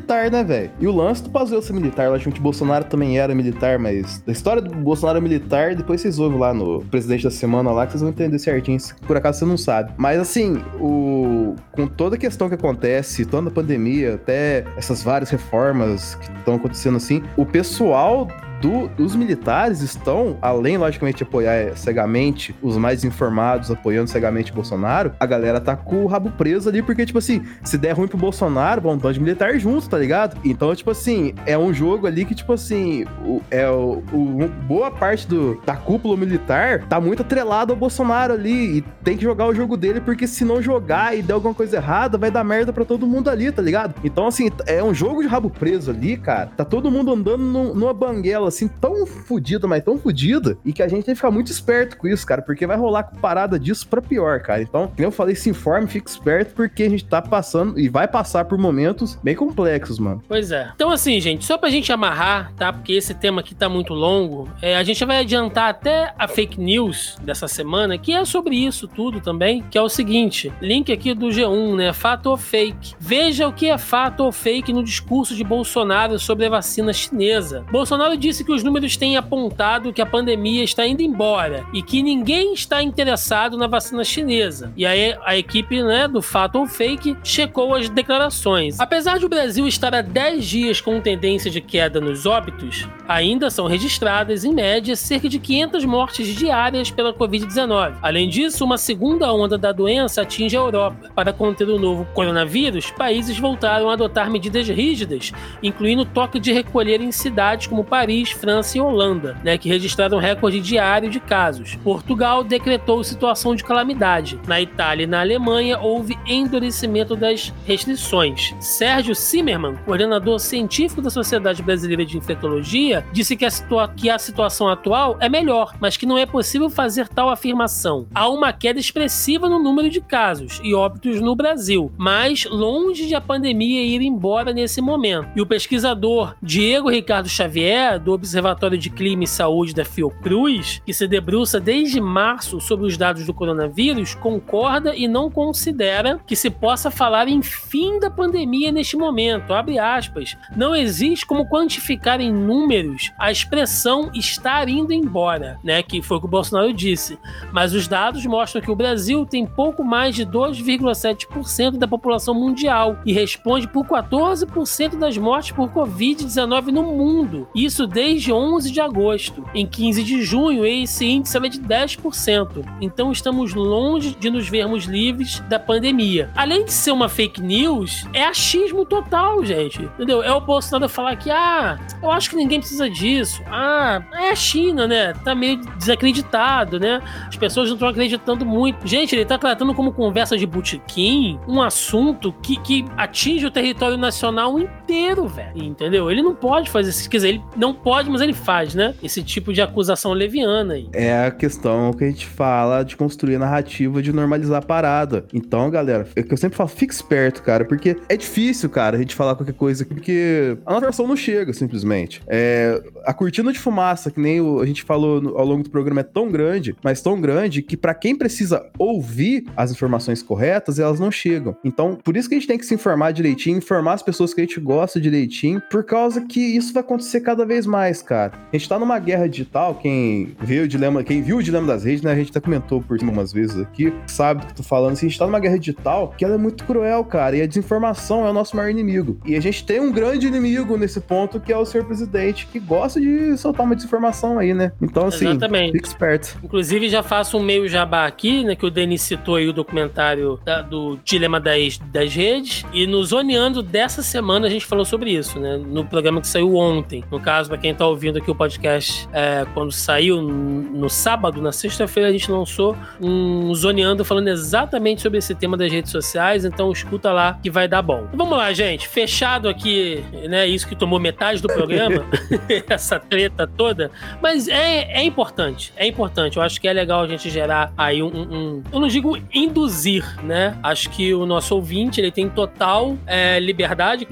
militar, né, velho? E o lance do Pazuello ser militar, lógico que o Bolsonaro também era militar, mas da história do Bolsonaro militar, depois vocês ouvem lá no Presidente da Semana lá, que vocês vão entender certinho, se por acaso você não sabe. Mas assim, o... com toda a questão que acontece, toda a pandemia, até essas várias reformas que estão acontecendo assim, o pessoal Do, os militares estão, além, logicamente, de apoiar cegamente os mais informados, apoiando cegamente o Bolsonaro, a galera tá com o rabo preso ali, porque, tipo assim, se der ruim pro Bolsonaro, vão estar de militar junto, tá ligado? Então, tipo assim, é um jogo ali que, tipo assim, o, é o, o, boa parte do, da cúpula militar tá muito atrelado ao Bolsonaro ali, e tem que jogar o jogo dele, porque se não jogar e der alguma coisa errada, vai dar merda pra todo mundo ali, tá ligado? Então, assim, é um jogo de rabo preso ali, cara, tá todo mundo andando no, numa banguela assim, tão fodida, mas tão fodida, e que a gente tem que ficar muito esperto com isso, cara, porque vai rolar parada disso pra pior, cara. Então, como eu falei, se informe, fique esperto, porque a gente tá passando e vai passar por momentos bem complexos, mano. Pois é. Então, assim, gente, só pra gente amarrar, tá? Porque esse tema aqui tá muito longo, é, a gente vai adiantar até a fake news dessa semana, que é sobre isso tudo também, que é o seguinte, link aqui do G um, né? Fato ou fake? Veja o que é fato ou fake no discurso de Bolsonaro sobre a vacina chinesa. Bolsonaro disse que os números têm apontado que a pandemia está indo embora e que ninguém está interessado na vacina chinesa. E aí a equipe, né, do Fato ou Fake checou as declarações. Apesar de o Brasil estar há dez dias com tendência de queda nos óbitos, ainda são registradas, em média, cerca de quinhentas mortes diárias pela covid dezenove. Além disso, uma segunda onda da doença atinge a Europa. Para conter o novo coronavírus, países voltaram a adotar medidas rígidas, incluindo toque de recolher em cidades como Paris, França e Holanda, né, que registraram recorde diário de casos. Portugal decretou situação de calamidade. Na Itália e na Alemanha houve endurecimento das restrições. Sérgio Zimmermann, coordenador científico da Sociedade Brasileira de Infectologia, disse que a, situa- que a situação atual é melhor, mas que não é possível fazer tal afirmação. Há uma queda expressiva no número de casos e óbitos no Brasil, mas longe de a pandemia ir embora nesse momento. E o pesquisador Diego Ricardo Xavier, do Observatório de Clima e Saúde da Fiocruz, que se debruça desde março sobre os dados do coronavírus, concorda e não considera que se possa falar em fim da pandemia neste momento. Abre aspas. Não existe como quantificar em números a expressão estar indo embora, né? Que foi o que o Bolsonaro disse. Mas os dados mostram que o Brasil tem pouco mais de dois vírgula sete por cento da população mundial e responde por quatorze por cento das mortes por covid dezenove no mundo. Isso desde onze de agosto. Em quinze de junho, esse índice era de dez por cento. Então estamos longe de nos vermos livres da pandemia. Além de ser uma fake news, é achismo total, gente. Entendeu? É o Bolsonaro falar que, ah, eu acho que ninguém precisa disso. Ah, é a China, né? Tá meio desacreditado, né? As pessoas não estão acreditando muito. Gente, ele tá tratando como conversa de botequim um assunto que, que atinge o território nacional inteiro, velho. Entendeu? Ele não pode fazer isso. Quer dizer, ele não pode, mas ele faz, né? Esse tipo de acusação leviana aí. É a questão que a gente fala de construir a narrativa de normalizar a parada. Então, galera, é que eu sempre falo, fique esperto, cara, porque é difícil, cara, a gente falar qualquer coisa aqui, porque a nossa versão não chega, simplesmente. É, a cortina de fumaça, que nem o, a gente falou no, ao longo do programa, é tão grande, mas tão grande, que pra quem precisa ouvir as informações corretas, elas não chegam. Então, por isso que a gente tem que se informar direitinho, informar as pessoas que a gente gosta direitinho, por causa que isso vai acontecer cada vez mais, cara. A gente tá numa guerra digital, quem viu o dilema, quem viu o dilema das redes, né, a gente até comentou por cima umas vezes aqui, sabe do que eu tô falando, assim, a gente tá numa guerra digital que ela é muito cruel, cara, e a desinformação é o nosso maior inimigo. E a gente tem um grande inimigo nesse ponto, que é o senhor presidente, que gosta de soltar uma desinformação aí, né? Então, assim, exatamente. Fique esperto. Inclusive, já faço um meio jabá aqui, né, que o Denis citou aí o documentário da, do Dilema das, das Redes, e no Zoneando dessa semana a gente falou sobre isso, né, no programa que saiu ontem. No caso, pra quem tá ouvindo aqui o podcast, é, quando saiu no sábado, na sexta-feira, a gente lançou um Zoneando falando exatamente sobre esse tema das redes sociais, então escuta lá que vai dar bom. Então, vamos lá, gente, fechado aqui, né, isso que tomou metade do programa, essa treta toda, mas é, é importante, é importante, eu acho que é legal a gente gerar aí um, um eu não digo induzir, né, acho que o nosso ouvinte, ele tem total é, liberdade, inclusive a gente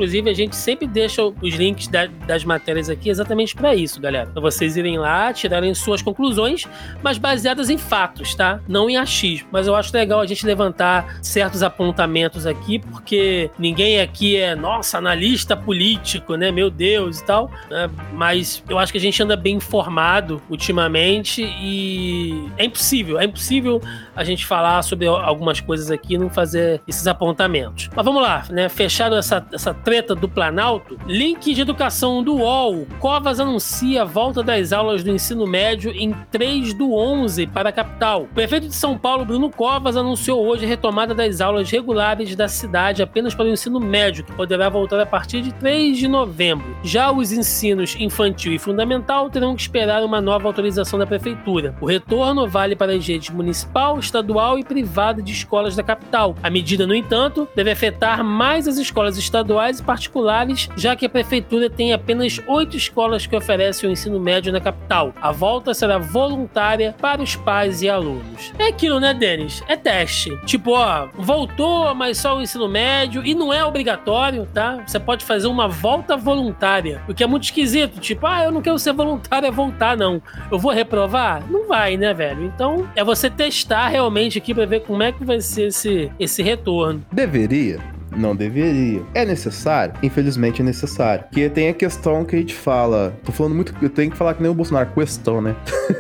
gente sempre deixa os links da, das matérias aqui exatamente para isso, galera. Pra vocês irem lá, tirarem suas conclusões, mas baseadas em fatos, tá? Não em achismo. Mas eu acho legal a gente levantar certos apontamentos aqui, porque ninguém aqui é, nossa, analista político, né? Meu Deus e tal. Né? Mas eu acho que a gente anda bem informado ultimamente e é impossível, é impossível a gente falar sobre algumas coisas aqui e não fazer esses apontamentos. Mas vamos lá, né? Fechado essa, essa treta do Planalto, link de educação do U O L. Covas anuncia a volta das aulas do ensino médio em três do onze para a capital. O prefeito de São Paulo, Bruno Covas, anunciou hoje a retomada das aulas regulares da cidade apenas para o ensino médio, que poderá voltar a partir de três de novembro. Já os ensinos infantil e fundamental terão que esperar uma nova autorização da prefeitura. O retorno vale para as redes municipal, estadual e privada de escolas da capital. A medida, no entanto, deve afetar mais as escolas estaduais e particulares, já que a prefeitura tem apenas oito escolas que oferecem o ensino médio na capital. A volta será voluntária para os pais e alunos. É aquilo, né, Denis? É teste. Tipo, ó, voltou, mas só o ensino médio, e não é obrigatório, tá? Você pode fazer uma volta voluntária, o que é muito esquisito. Tipo, ah, eu não quero ser voluntário, é voltar, não. Eu vou reprovar? Não vai, né, velho? Então, é você testar realmente aqui pra ver como é que vai ser esse, esse retorno. Deveria? Não deveria. É necessário? Infelizmente é necessário. Porque tem a questão que a gente fala. Tô falando muito. Eu tenho que falar que nem o Bolsonaro, questão, né?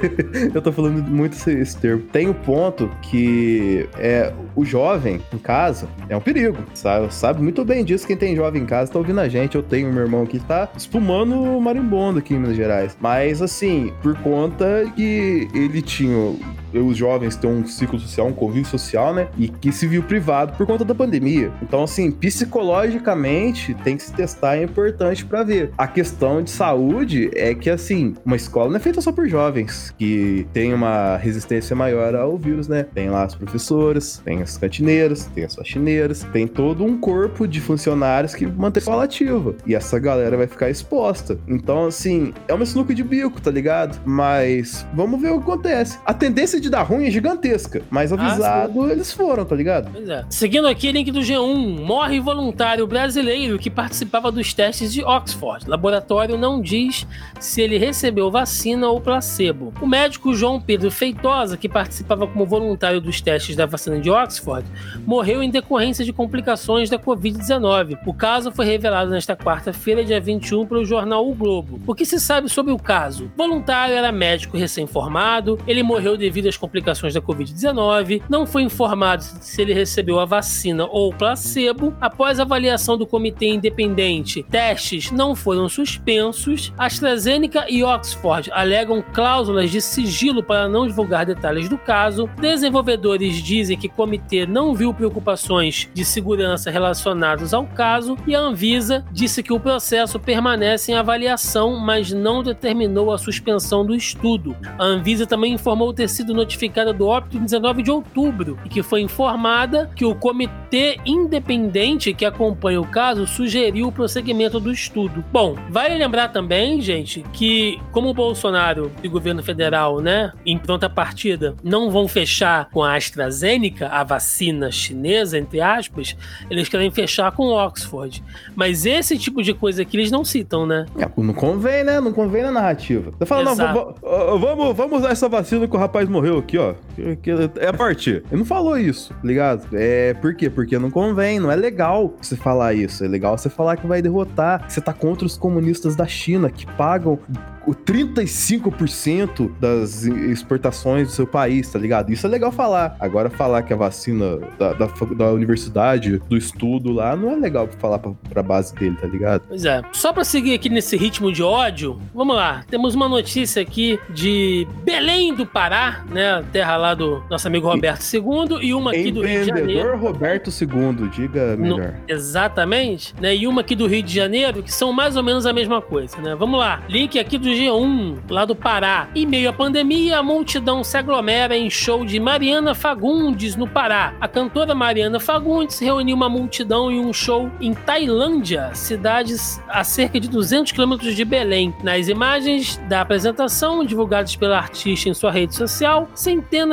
Eu tô falando muito esse, esse termo. Tem o ponto que é o jovem em casa é um perigo, sabe? Sabe muito bem disso. Quem tem jovem em casa tá ouvindo a gente. Eu tenho um meu irmão que tá espumando marimbondo aqui em Minas Gerais. Mas assim, por conta que ele tinha. Os jovens têm um ciclo social, um convívio social, né? E que se viu privado por conta da pandemia. Então, assim, psicologicamente tem que se testar, é importante pra ver. A questão de saúde é que, assim, uma escola não é feita só por jovens que tem uma resistência maior ao vírus, né? Tem lá as professoras, tem as cantineiras, tem as faxineiras, tem todo um corpo de funcionários que mantém a escola ativa. E essa galera vai ficar exposta. Então, assim, é uma sinuca de bico, tá ligado? Mas vamos ver o que acontece. A tendência de dar ruim é gigantesca, mas avisado ah, eles foram, tá ligado? Pois é. Seguindo aqui, link do G um. Morre voluntário brasileiro que participava dos testes de Oxford. Laboratório não diz se ele recebeu vacina ou placebo. O médico João Pedro Feitosa, que participava como voluntário dos testes da vacina de Oxford, morreu em decorrência de complicações da covid dezenove. O caso foi revelado nesta quarta-feira, dia vinte e um, para o jornal O Globo. O que se sabe sobre o caso? O voluntário era médico recém-formado, ele morreu devido às complicações da covid dezenove, não foi informado se ele recebeu a vacina ou placebo. Após avaliação do comitê independente, testes não foram suspensos. AstraZeneca e Oxford alegam cláusulas de sigilo para não divulgar detalhes do caso. Desenvolvedores dizem que o comitê não viu preocupações de segurança relacionadas ao caso e a Anvisa disse que o processo permanece em avaliação, mas não determinou a suspensão do estudo. A Anvisa também informou ter sido notificada do óbito em dezenove de outubro e que foi informada que o comitê independente que acompanha o caso sugeriu o prosseguimento do estudo. Bom, vale lembrar também, gente, que como o Bolsonaro e o governo federal, né, em pronta partida, não vão fechar com a AstraZeneca, a vacina chinesa, entre aspas, eles querem fechar com Oxford. Mas esse tipo de coisa aqui eles não citam, né? É, não convém, né? Não convém na narrativa. Você fala, não, vamos, vamos usar essa vacina que o rapaz morreu aqui, ó. É a partir. Ele não falou isso, ligado? É, por quê? Porque não convém, não é legal você falar isso. É legal você falar que vai derrotar, que você tá contra os comunistas da China, que pagam o trinta e cinco por cento das exportações do seu país, tá ligado? Isso é legal falar. Agora, falar que a vacina da, da, da universidade, do estudo lá, não é legal pra falar pra, pra base dele, tá ligado? Pois é. Só pra seguir aqui nesse ritmo de ódio, vamos lá. Temos uma notícia aqui de Belém do Pará, né? Terra lá do nosso amigo Roberto segundo, e uma aqui do Rio de Janeiro. Empreendedor Roberto segundo, diga melhor. No, exatamente. Né? E uma aqui do Rio de Janeiro, que são mais ou menos a mesma coisa, né? Vamos lá. Link aqui do G um, lá do Pará. Em meio à pandemia, a multidão se aglomera em show de Mariana Fagundes, no Pará. A cantora Mariana Fagundes reuniu uma multidão em um show em Tailândia, cidades a cerca de duzentos quilômetros de Belém. Nas imagens da apresentação, divulgadas pela artista em sua rede social, centenas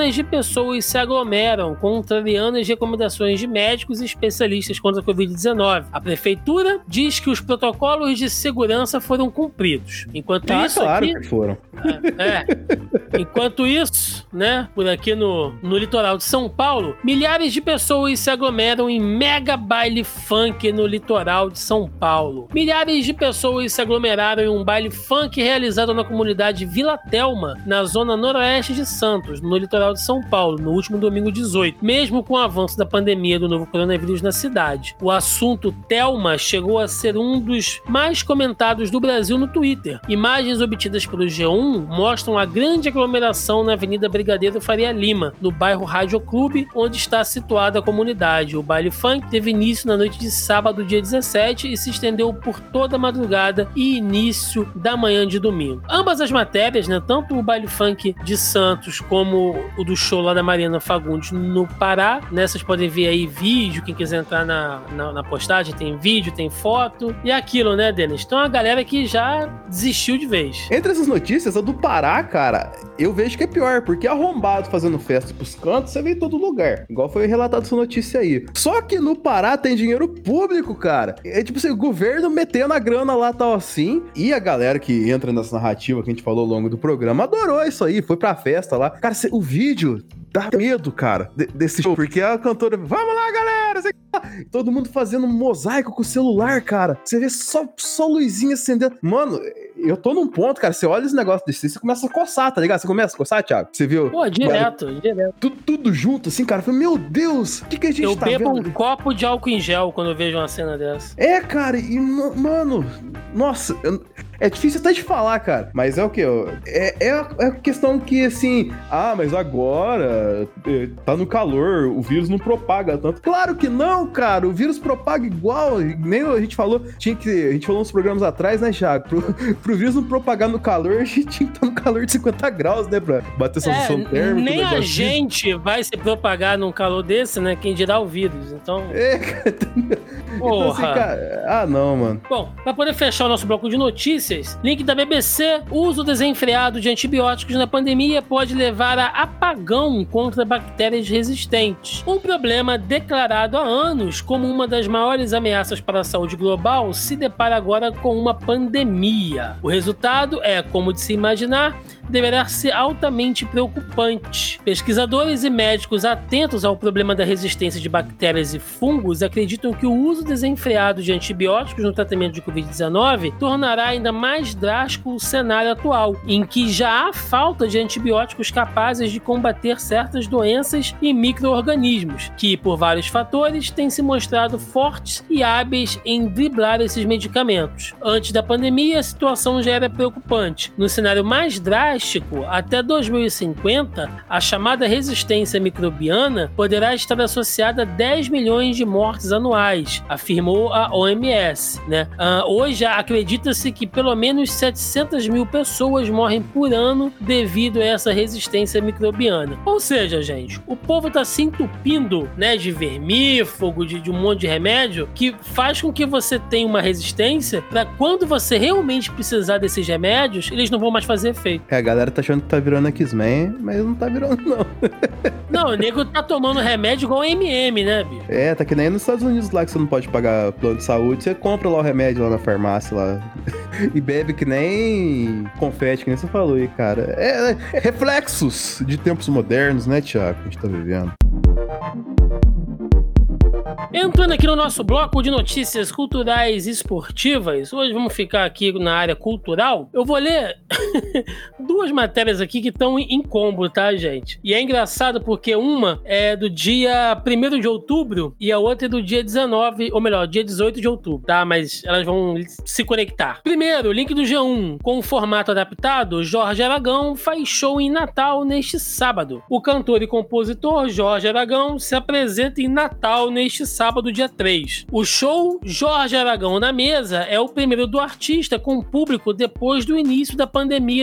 centenas de pessoas se aglomeram, contrariando as recomendações de médicos e especialistas contra a covid dezenove. A prefeitura diz que os protocolos de segurança foram cumpridos. Enquanto ah, isso claro aqui, que foram. É, é. Enquanto isso, né, por aqui no, no litoral de São Paulo, milhares de pessoas se aglomeram em mega baile funk no litoral de São Paulo. Milhares de pessoas se aglomeraram em um baile funk realizado na comunidade Vila Telma, na zona noroeste de Santos, no litoral de São Paulo, no último domingo dezoito, mesmo com o avanço da pandemia do novo coronavírus na cidade. O assunto Telma chegou a ser um dos mais comentados do Brasil no Twitter. Imagens obtidas pelo G um mostram a grande aglomeração na Avenida Brigadeiro Faria Lima, no bairro Rádio Clube, onde está situada a comunidade. O baile funk teve início na noite de sábado, dia dezessete, e se estendeu por toda a madrugada e início da manhã de domingo. Ambas as matérias, né, tanto o baile funk de Santos como o do show lá da Mariana Fagundes no Pará, né, vocês podem ver aí vídeo, quem quiser entrar na, na, na postagem, tem vídeo, tem foto, e aquilo, né, Denis? Então a galera que já desistiu de vez. Entre essas notícias, a do Pará, cara, eu vejo que é pior, porque arrombado fazendo festa pros cantos, você vê em todo lugar. Igual foi relatado essa notícia aí. Só que no Pará tem dinheiro público, cara. É tipo assim, o governo metendo a grana lá, tal assim, e a galera que entra nessa narrativa que a gente falou ao longo do programa adorou isso aí, foi pra festa lá. Cara, o vídeo dá medo, cara, de, desse show, porque a cantora, vamos lá, galera, você... todo mundo fazendo um mosaico com o celular, cara. Você vê só, só luzinha acendendo. Mano, eu tô num ponto, cara, você olha esse negócio desse, você começa a coçar, tá ligado? Você começa a coçar, Thiago? Você viu? Pô, direto, mano, direto. Tudo, tudo junto, assim, cara. Eu falei, meu Deus, o que, que a gente eu tá bebo vendo? Um copo de álcool em gel quando eu vejo uma cena dessa. É, cara, e, mano, nossa, eu... é difícil até de falar, cara. Mas é o quê? É, é, a, é a questão que, assim, ah, mas agora é, tá no calor, o vírus não propaga tanto. Claro que não, cara. O vírus propaga igual. Nem a gente falou, tinha que. A gente falou uns programas atrás, né, Thiago? Pro, pro vírus não propagar no calor, a gente tinha que estar no calor de cinquenta graus, né? Pra bater sensação é, térmica. Nem a gente disso. Vai se propagar num calor desse, né? Quem dirá o vírus. Então. É, cara. Então, assim, cara. Ah, não, mano. Bom, pra poder fechar o nosso bloco de notícias, link da B B C: o uso desenfreado de antibióticos na pandemia pode levar a apagão contra bactérias resistentes. Um problema declarado há anos como uma das maiores ameaças para a saúde global se depara agora com uma pandemia. O resultado é, como de se imaginar, deverá ser altamente preocupante. Pesquisadores e médicos atentos ao problema da resistência de bactérias e fungos acreditam que o uso desenfreado de antibióticos no tratamento de covid dezenove tornará ainda mais drástico o cenário atual, em que já há falta de antibióticos capazes de combater certas doenças e micro-organismos, que, por vários fatores, têm se mostrado fortes e hábeis em driblar esses medicamentos. Antes da pandemia, a situação já era preocupante. No cenário mais drástico, até dois mil e cinquenta, a chamada resistência microbiana poderá estar associada a dez milhões de mortes anuais, afirmou a O M S. Né? Uh, hoje, acredita-se que pelo menos setecentas mil pessoas morrem por ano devido a essa resistência microbiana. Ou seja, gente, o povo está se entupindo, né, de vermífugo, de, de um monte de remédio, que faz com que você tenha uma resistência para quando você realmente precisar desses remédios, eles não vão mais fazer efeito. É, a galera tá achando que tá virando X-Men, mas não tá virando, não. Não, o nego tá tomando remédio igual M M, né, bicho? É, tá que nem nos Estados Unidos lá, que você não pode pagar plano de saúde, você compra lá o remédio lá na farmácia lá e bebe que nem confete, que nem você falou aí, cara. É, é reflexos de tempos modernos, né, Thiago, que a gente tá vivendo. Entrando aqui no nosso bloco de notícias culturais e esportivas, hoje vamos ficar aqui na área cultural. Eu vou ler duas matérias aqui que estão em combo, tá, gente? E é engraçado porque uma é do dia primeiro de outubro e a outra é do dia dezenove, ou melhor, dia dezoito de outubro, tá? Mas elas vão se conectar. Primeiro, link do G um. Com o formato adaptado, Jorge Aragão faz show em Natal neste sábado. O cantor e compositor Jorge Aragão se apresenta em Natal neste sábado. Sábado, dia três. O show Jorge Aragão na Mesa é o primeiro do artista com público depois do início da pandemia do novo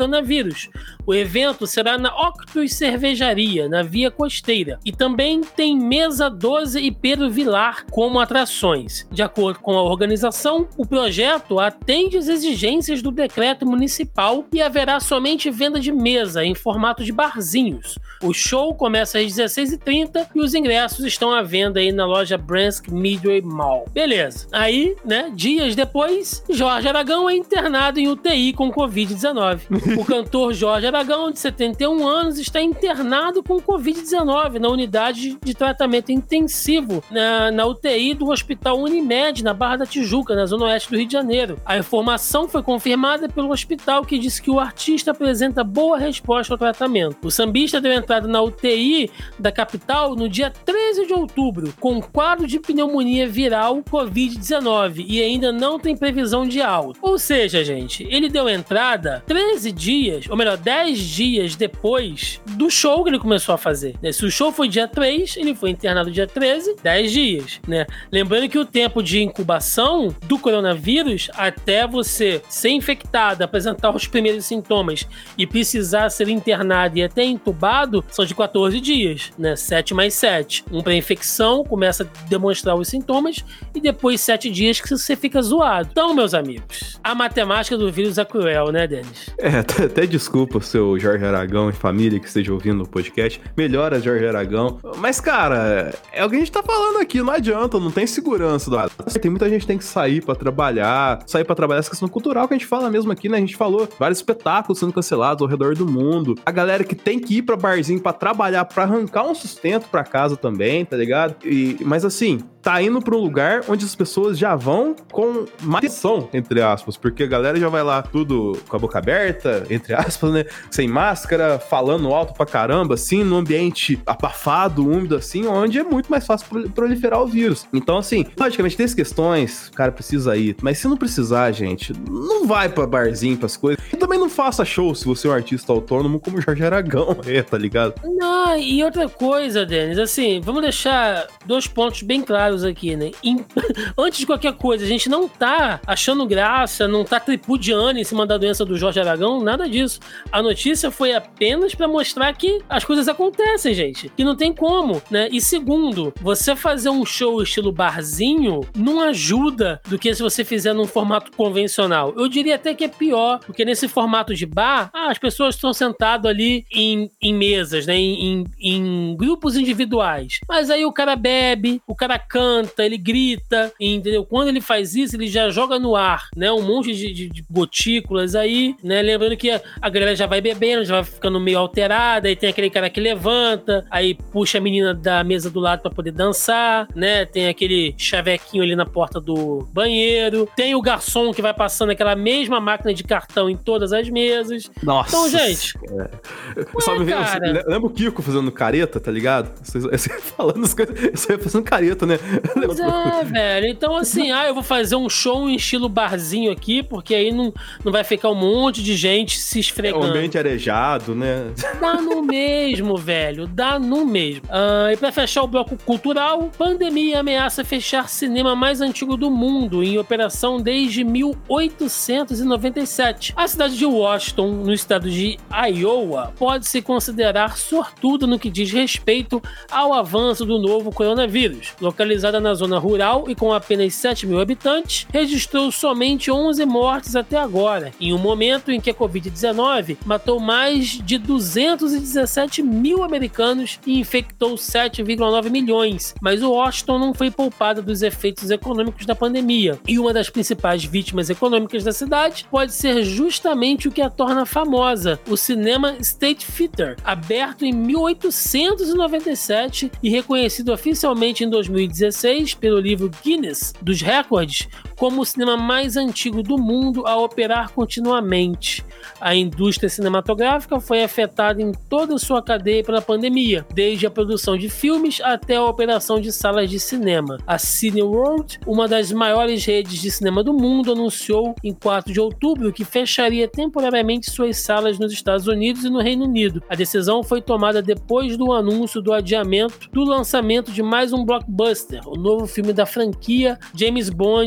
coronavírus. O evento será na Octus Cervejaria, na Via Costeira. E também tem Mesa doze e Pedro Vilar como atrações. De acordo com a organização, o projeto atende às exigências do decreto municipal e haverá somente venda de mesa em formato de barzinhos. O show começa às dezesseis e trinta e os ingressos estão à venda aí na loja Bransk Midway Mall. Beleza. Aí, né, dias depois, Jorge Aragão é internado em U T I com covid dezenove. O cantor Jorge Aragão, de setenta e um anos, está internado com covid dezenove na unidade de tratamento intensivo na, na U T I do Hospital Unimed, na Barra da Tijuca, na zona oeste do Rio de Janeiro. A informação foi confirmada pelo hospital, que disse que o artista apresenta boa resposta ao tratamento. O sambista deu entrada na U T I da capital no dia treze de outubro, com quadro de pneumonia viral covid dezenove e ainda não tem previsão de alta. Ou seja, gente, ele deu entrada treze dias, ou melhor, dez dias depois do show que ele começou a fazer. Se o show foi dia três, ele foi internado dia treze, dez dias, né? Lembrando que o tempo de incubação do coronavírus até você ser infectado, apresentar os primeiros sintomas e precisar ser internado e até entubado são de quatorze dias, né? sete mais sete. Um para infecção, começa a demonstrar os sintomas e depois sete dias que você fica zoado. Então, meus amigos, a matemática do vírus é cruel, né, Denis? É, até desculpa o seu Jorge Aragão e família que esteja ouvindo o podcast. Melhora Jorge Aragão. Mas, cara, é o que a gente tá falando aqui, não adianta, não tem segurança. Tem muita gente que tem que sair pra trabalhar, sair pra trabalhar essa questão cultural que a gente fala mesmo aqui, né? A gente falou vários espetáculos sendo cancelados ao redor do mundo. A galera que tem que ir pra barzinho pra trabalhar, pra arrancar um sustento pra casa também, tá ligado? E, mas assim, tá indo pra um lugar onde as pessoas já vão com mais atenção, entre aspas, porque a galera já vai lá tudo com a boca aberta, entre aspas, né? Sem máscara, falando alto pra caramba, assim, num ambiente abafado, úmido, assim, onde é muito mais fácil proliferar o vírus. Então, assim, logicamente tem as questões, o cara precisa ir, mas se não precisar, gente, não vai pra barzinho, pras coisas. E também não faça show se você é um artista autônomo como o Jorge Aragão, é, tá ligado? Não, e outra coisa, Denis, assim, vamos deixar dois pontos bem claros aqui, né? Em... Antes de qualquer coisa, a gente não tá achando graça, não tá tripudiando em cima da doença do Jorge Aragão, nada disso. A notícia foi apenas pra mostrar que as coisas acontecem, gente, que não tem como, né? E segundo, você fazer um show estilo barzinho não ajuda do que se você fizer num formato convencional. Eu diria até que é pior, porque nesse formato de bar, ah, as pessoas estão sentadas ali em, em mesas, né? Em, em, em grupos individuais. Mas aí o cara bebe, o cara canta, ele grita, entendeu? Quando ele faz isso, ele já joga no ar, né? Um monte de, de, de gotículas aí, né? Lembrando que a, a galera já vai bebendo, já vai ficando meio alterada, aí tem aquele cara que levanta, aí puxa a menina da mesa do lado pra poder dançar, né? Tem aquele chavequinho ali na porta do banheiro, tem o garçom que vai passando aquela mesma máquina de cartão em todas as mesas. Nossa. Então, gente... É. Só me cara... Lembra o Kiko fazendo careta, tá ligado? Você falando as coisas, você vai fazendo careta, né? Pois é, velho. Então, assim, ah, eu vou fazer um show em estilo barzinho aqui, porque aí não, não vai ficar um monte de gente se esfregando. É um ambiente arejado, né? Dá no mesmo, velho. Dá no mesmo. Ah, e pra fechar o bloco cultural, pandemia ameaça fechar cinema mais antigo do mundo, em operação desde mil oitocentos e noventa e sete. A cidade de Washington, no estado de Iowa, pode se considerar sortuda no que diz respeito ao avanço do novo coronavírus. Localizada na zona rural e com apenas sete mil habitantes, registrou somente onze mortes até agora, em um momento em que a covid dezenove matou mais de duzentos e dezessete mil americanos e infectou sete vírgula nove milhões. Mas o Washington não foi poupada dos efeitos econômicos da pandemia, e uma das principais vítimas econômicas da cidade pode ser justamente o que a torna famosa, o cinema State Theater, aberto em mil oitocentos e noventa e sete e reconhecido oficialmente em dois mil e dezesseis pelo livro Guinness dos Recordes como o cinema mais antigo do mundo a operar continuamente. A indústria cinematográfica foi afetada em toda a sua cadeia pela pandemia, desde a produção de filmes até a operação de salas de cinema. A Cineworld, uma das maiores redes de cinema do mundo, anunciou em quatro de outubro que fecharia temporariamente suas salas nos Estados Unidos e no Reino Unido. A decisão foi tomada depois do anúncio do adiamento do lançamento de mais um blockbuster, o novo filme da franquia James Bond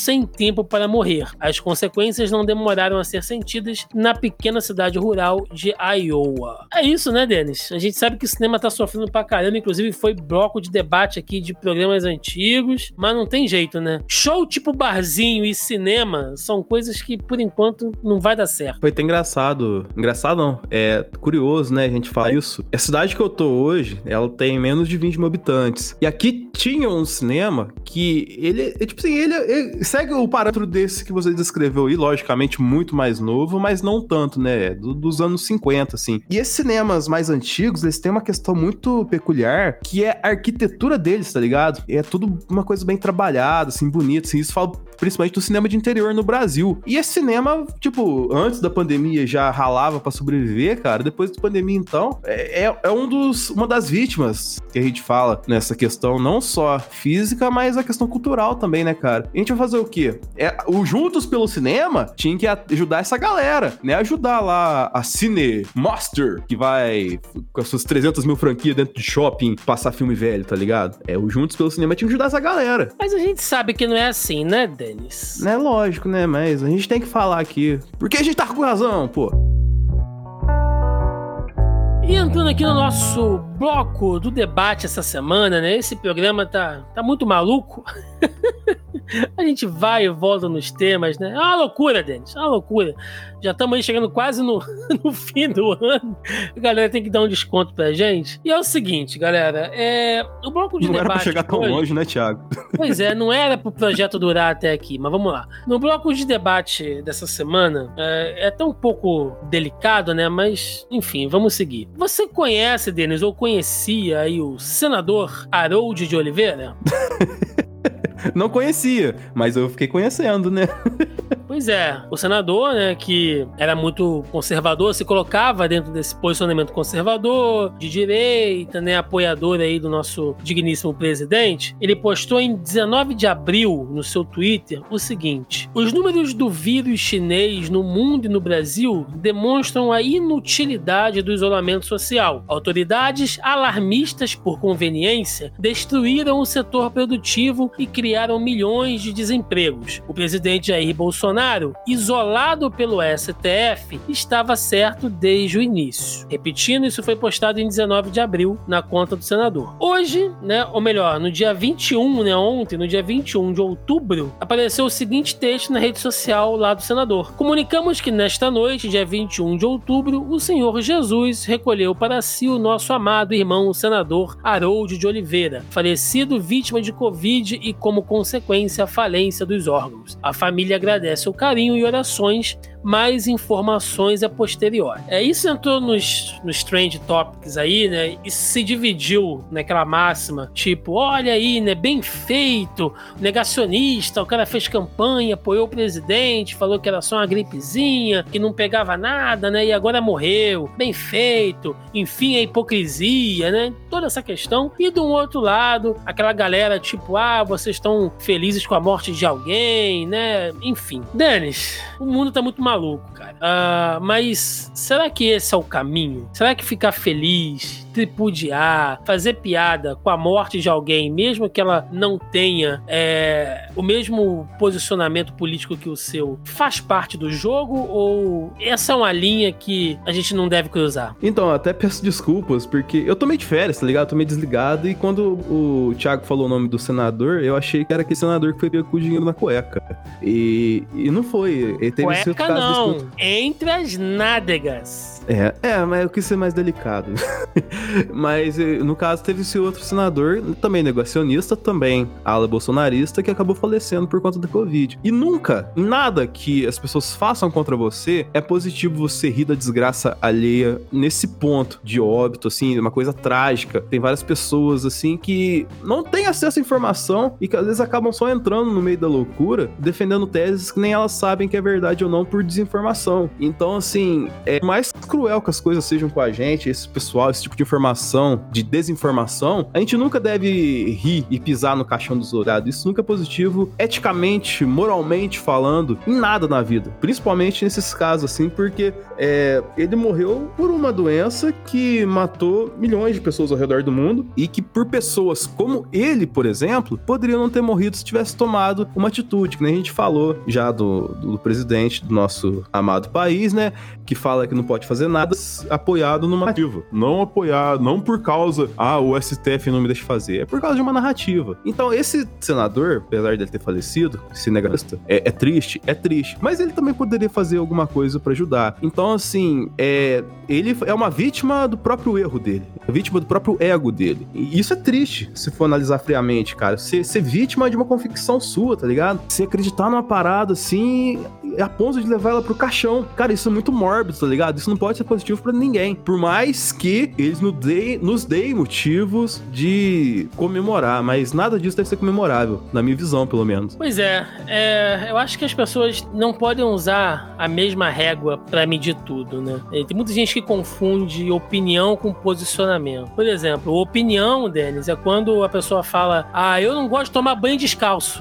sem tempo para morrer. As consequências não demoraram a ser sentidas na pequena cidade rural de Iowa. É isso, né, Denis? A gente sabe que o cinema tá sofrendo pra caramba, inclusive foi bloco de debate aqui de programas antigos, mas não tem jeito, né? Show tipo barzinho e cinema são coisas que, por enquanto, não vai dar certo. Foi até engraçado. Engraçado não, é curioso, né, a gente falar isso. A cidade que eu tô hoje, ela tem menos de vinte mil habitantes. E aqui tinha um cinema que ele, é, tipo assim, ele, ele segue o parâmetro desse que você descreveu aí, logicamente muito mais novo, mas não tanto, né, do, dos anos cinquenta, assim. E esses cinemas mais antigos, eles têm uma questão muito peculiar, que é a arquitetura deles, tá ligado? É tudo uma coisa bem trabalhada, assim, bonita, assim, isso fala principalmente do cinema de interior no Brasil. E esse cinema, tipo, antes da pandemia já ralava pra sobreviver, cara, depois da pandemia, então, é, é, é um dos, uma das vítimas que a gente fala nessa questão, não só física, mas a questão cultural também, né, cara? A gente vai fazer o quê? É, o Juntos pelo Cinema tinha que ajudar essa galera, né? Ajudar lá a Cine Master, que vai com as suas trezentas mil franquias dentro de shopping passar filme velho, tá ligado? É, o Juntos pelo Cinema tinha que ajudar essa galera. Mas a gente sabe que não é assim, né, Denis? É lógico, né? Mas a gente tem que falar aqui. Porque a gente tá com razão, pô. E entrando aqui no nosso bloco do debate essa semana, né? Esse programa tá, tá muito maluco. A gente vai e volta nos temas, né? É uma loucura, Denis, é uma loucura. Já estamos aí chegando quase no, no fim do ano. A galera tem que dar um desconto pra gente. E é o seguinte, galera, é... o bloco de não debate... Não era pra chegar tão hoje, longe, né, Thiago? Pois é, não era pro projeto durar até aqui, mas vamos lá. No bloco de debate dessa semana, é, é tão um pouco delicado, né? Mas, enfim, vamos seguir. Você conhece, Denis, ou conhecia aí o senador Harold de Oliveira? Não conhecia, mas eu fiquei conhecendo, né? Pois é, o senador, né, que era muito conservador, se colocava dentro desse posicionamento conservador, de direita, né, apoiador aí do nosso digníssimo presidente, ele postou em dezenove de abril no seu Twitter o seguinte: os números do vírus chinês no mundo e no Brasil demonstram a inutilidade do isolamento social. Autoridades alarmistas por conveniência destruíram o setor produtivo e criaram milhões de desempregos. O presidente Jair Bolsonaro, isolado pelo S T F, estava certo desde o início. Repetindo, isso foi postado em dezenove de abril na conta do senador. Hoje, né, ou melhor, no dia vinte e um, né, ontem, no dia vinte e um de outubro, apareceu o seguinte texto na rede social lá do senador: comunicamos que nesta noite, dia vinte e um de outubro, o Senhor Jesus recolheu para si o nosso amado irmão, o senador Harold de Oliveira, falecido vítima de Covid e, como consequência, a falência dos órgãos. A família agradece o carinho e orações, mais informações a posteriori. É, isso entrou nos, nos Trend Topics aí, né? E se dividiu naquela máxima, tipo, olha aí, né? Bem feito, negacionista, o cara fez campanha, apoiou o presidente, falou que era só uma gripezinha, que não pegava nada, né? E agora morreu. Bem feito. Enfim, a hipocrisia, né? Toda essa questão. E do outro lado, aquela galera, tipo, ah, vocês estão felizes com a morte de alguém, né? Enfim. Denis, o mundo tá muito maluco. Maluco, cara. Uh, mas será que esse é o caminho? Será que ficar feliz, tripudiar, fazer piada com a morte de alguém, mesmo que ela não tenha é, o mesmo posicionamento político que o seu, faz parte do jogo? Ou essa é uma linha que a gente não deve cruzar? Então, eu até peço desculpas, porque eu tomei de férias, tá ligado? Eu tomei desligado, e quando o Thiago falou o nome do senador, eu achei que era aquele senador que foi ver com o dinheiro na cueca. E, e não foi. Ele teve cueca caso não, desse... entre as nádegas. É, é, mas eu quis ser mais delicado. Mas, no caso, teve esse outro senador, também negacionista, também ala bolsonarista, que acabou falecendo por conta da Covid. E nunca, em nada que as pessoas façam contra você, é positivo você rir da desgraça alheia nesse ponto de óbito, assim, uma coisa trágica. Tem várias pessoas, assim, que não têm acesso à informação e que às vezes acabam só entrando no meio da loucura, defendendo teses que nem elas sabem que é verdade ou não por desinformação. Então, assim, é mais cruel que as coisas sejam com a gente, esse pessoal, esse tipo de informação, de desinformação, a gente nunca deve rir e pisar no caixão dos dourados. Isso nunca é positivo, eticamente, moralmente falando, em nada na vida. Principalmente nesses casos, assim, porque é, ele morreu por uma doença que matou milhões de pessoas ao redor do mundo e que por pessoas como ele, por exemplo, poderiam não ter morrido se tivesse tomado uma atitude, que nem a gente falou já do, do presidente do nosso amado país, né, que fala que não pode fazer nada apoiado numa narrativa. Não apoiar, não por causa, ah, o S T F não me deixa fazer, é por causa de uma narrativa. Então esse senador, apesar dele ter falecido, esse negrista, é, é triste, é triste, mas ele também poderia fazer alguma coisa pra ajudar. Então, assim, é, ele é uma vítima do próprio erro dele, é vítima do próprio ego dele. E isso é triste, se for analisar friamente, cara. Ser, ser vítima de uma convicção sua, tá ligado? Você acreditar numa parada, assim, a ponto de levar ela pro caixão. Cara, isso é muito mórbido, tá ligado? Isso não pode ser positivo pra ninguém. Por mais que eles nos deem, nos deem motivos de comemorar, mas nada disso deve ser comemorável, na minha visão, pelo menos. Pois é, é eu acho que as pessoas não podem usar a mesma régua pra medir tudo, né? Tem muita gente que confunde opinião com posicionamento. Por exemplo, opinião, Denis, é quando a pessoa fala, ah, eu não gosto de tomar banho descalço.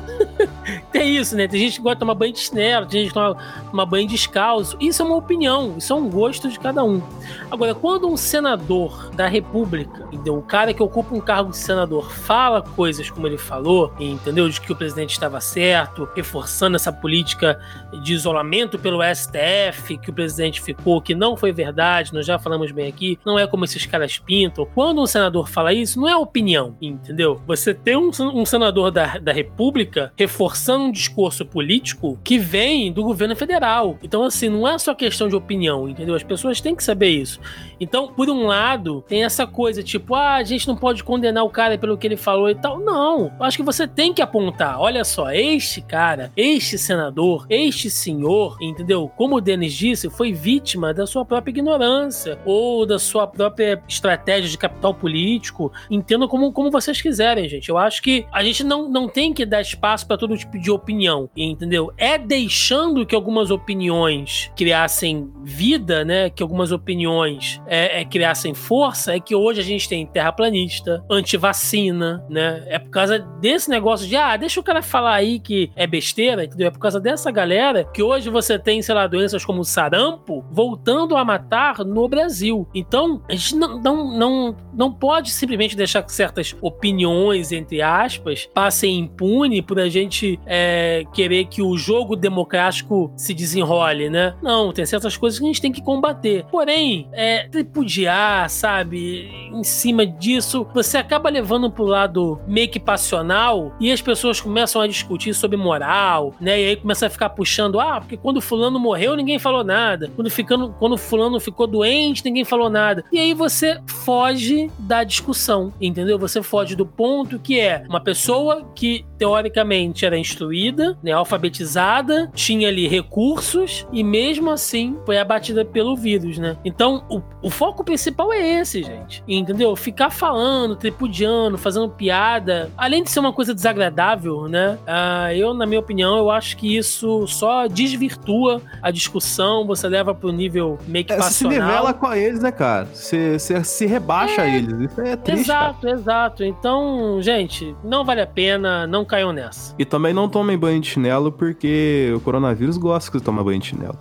Tem isso, né? Tem gente que gosta de tomar banho de chinelo, tem gente que toma, toma banho descalço. Isso é uma opinião, isso é um gosto de cada um. Agora, quando um senador da República, entendeu? O cara que ocupa um cargo de senador fala coisas como ele falou, entendeu? De que o presidente estava certo, reforçando essa política de isolamento pelo S T F, que o presidente ficou, que não foi verdade, nós já falamos bem aqui, não é como esses caras pintam. Quando um senador fala isso, não é opinião, entendeu? Você tem um, um senador da, da República reforçando um discurso político que vem do governo federal. Então, assim, não é só questão de opinião, entendeu? As pessoas têm que saber isso. Então, por um lado, tem essa coisa, tipo, ah, a gente não pode condenar o cara pelo que ele falou e tal. Não, eu acho que você tem que apontar, olha só, este cara, este senador, este senhor, entendeu? Como o Denis disse, foi vítima da sua própria ignorância ou da sua própria estratégia de capital político. Entendam como, como vocês quiserem, gente. Eu acho que a gente não, não tem que dar espaço para todo tipo de opinião, entendeu? É deixando que algumas opiniões criassem vida, né? Que algumas opiniões é, é, criassem força, é que hoje a gente tem terraplanista, antivacina, né? É por causa desse negócio de, ah, deixa o cara falar aí que é besteira, entendeu? É por causa dessa galera que hoje você tem, sei lá, doenças como sarampo voltando a matar no Brasil. Então, a gente não, não, não, não pode simplesmente deixar que certas opiniões, entre aspas, passem impune por a gente é, querer que o jogo democrático se desenrole, né? Não, tem certas coisas que a gente tem que combater. Porém, é, tripudiar, sabe, em cima disso, você acaba levando pro lado meio que passional e as pessoas começam a discutir sobre moral, né? E aí começa a ficar puxando, ah, porque quando fulano morreu, ninguém falou nada. Quando, ficando, quando fulano ficou doente, ninguém falou nada. E aí você foge da discussão, entendeu? Você foge do ponto que é uma pessoa que, teoricamente, era instruída, né, alfabetizada, tinha ali recursos e mesmo assim foi abatida pelo vírus, né? Então, o, o foco principal é esse, gente. Entendeu? Ficar falando, tripudiando, fazendo piada, além de ser uma coisa desagradável, né? Uh, eu, na minha opinião, eu acho que isso só desvirtua a discussão, você leva pro nível meio que é, passional. Você se nivela com eles, né, cara? Você, você se rebaixa é, a eles. Isso é triste, exato, cara. exato. Então, gente, não vale a pena, não caiam nessa. E também não tomem banho de chinelo, porque o coronavírus gosta que você tome banho de chinelo.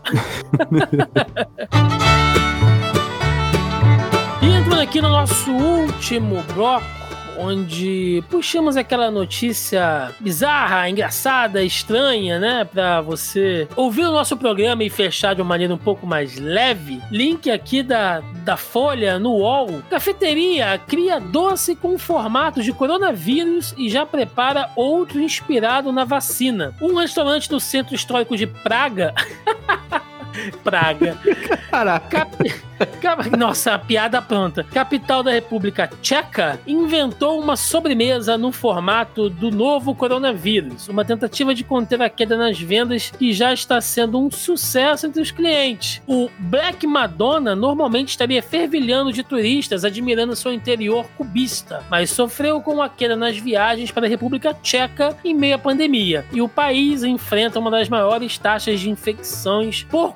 E entrando aqui no nosso último bloco, onde puxamos aquela notícia bizarra, engraçada, estranha, né? Pra você ouvir o nosso programa e fechar de uma maneira um pouco mais leve. Link aqui da, da Folha no U O L. Cafeteria cria doce com formato de coronavírus e já prepara outro inspirado na vacina. Um restaurante do Centro Histórico de Praga... Praga. Caraca. Cap... Nossa, a piada pronta. Capital da República Tcheca inventou uma sobremesa no formato do novo coronavírus. Uma tentativa de conter a queda nas vendas que já está sendo um sucesso entre os clientes. O Black Madonna normalmente estaria fervilhando de turistas admirando seu interior cubista, mas sofreu com a queda nas viagens para a República Tcheca em meio à pandemia. E o país enfrenta uma das maiores taxas de infecções por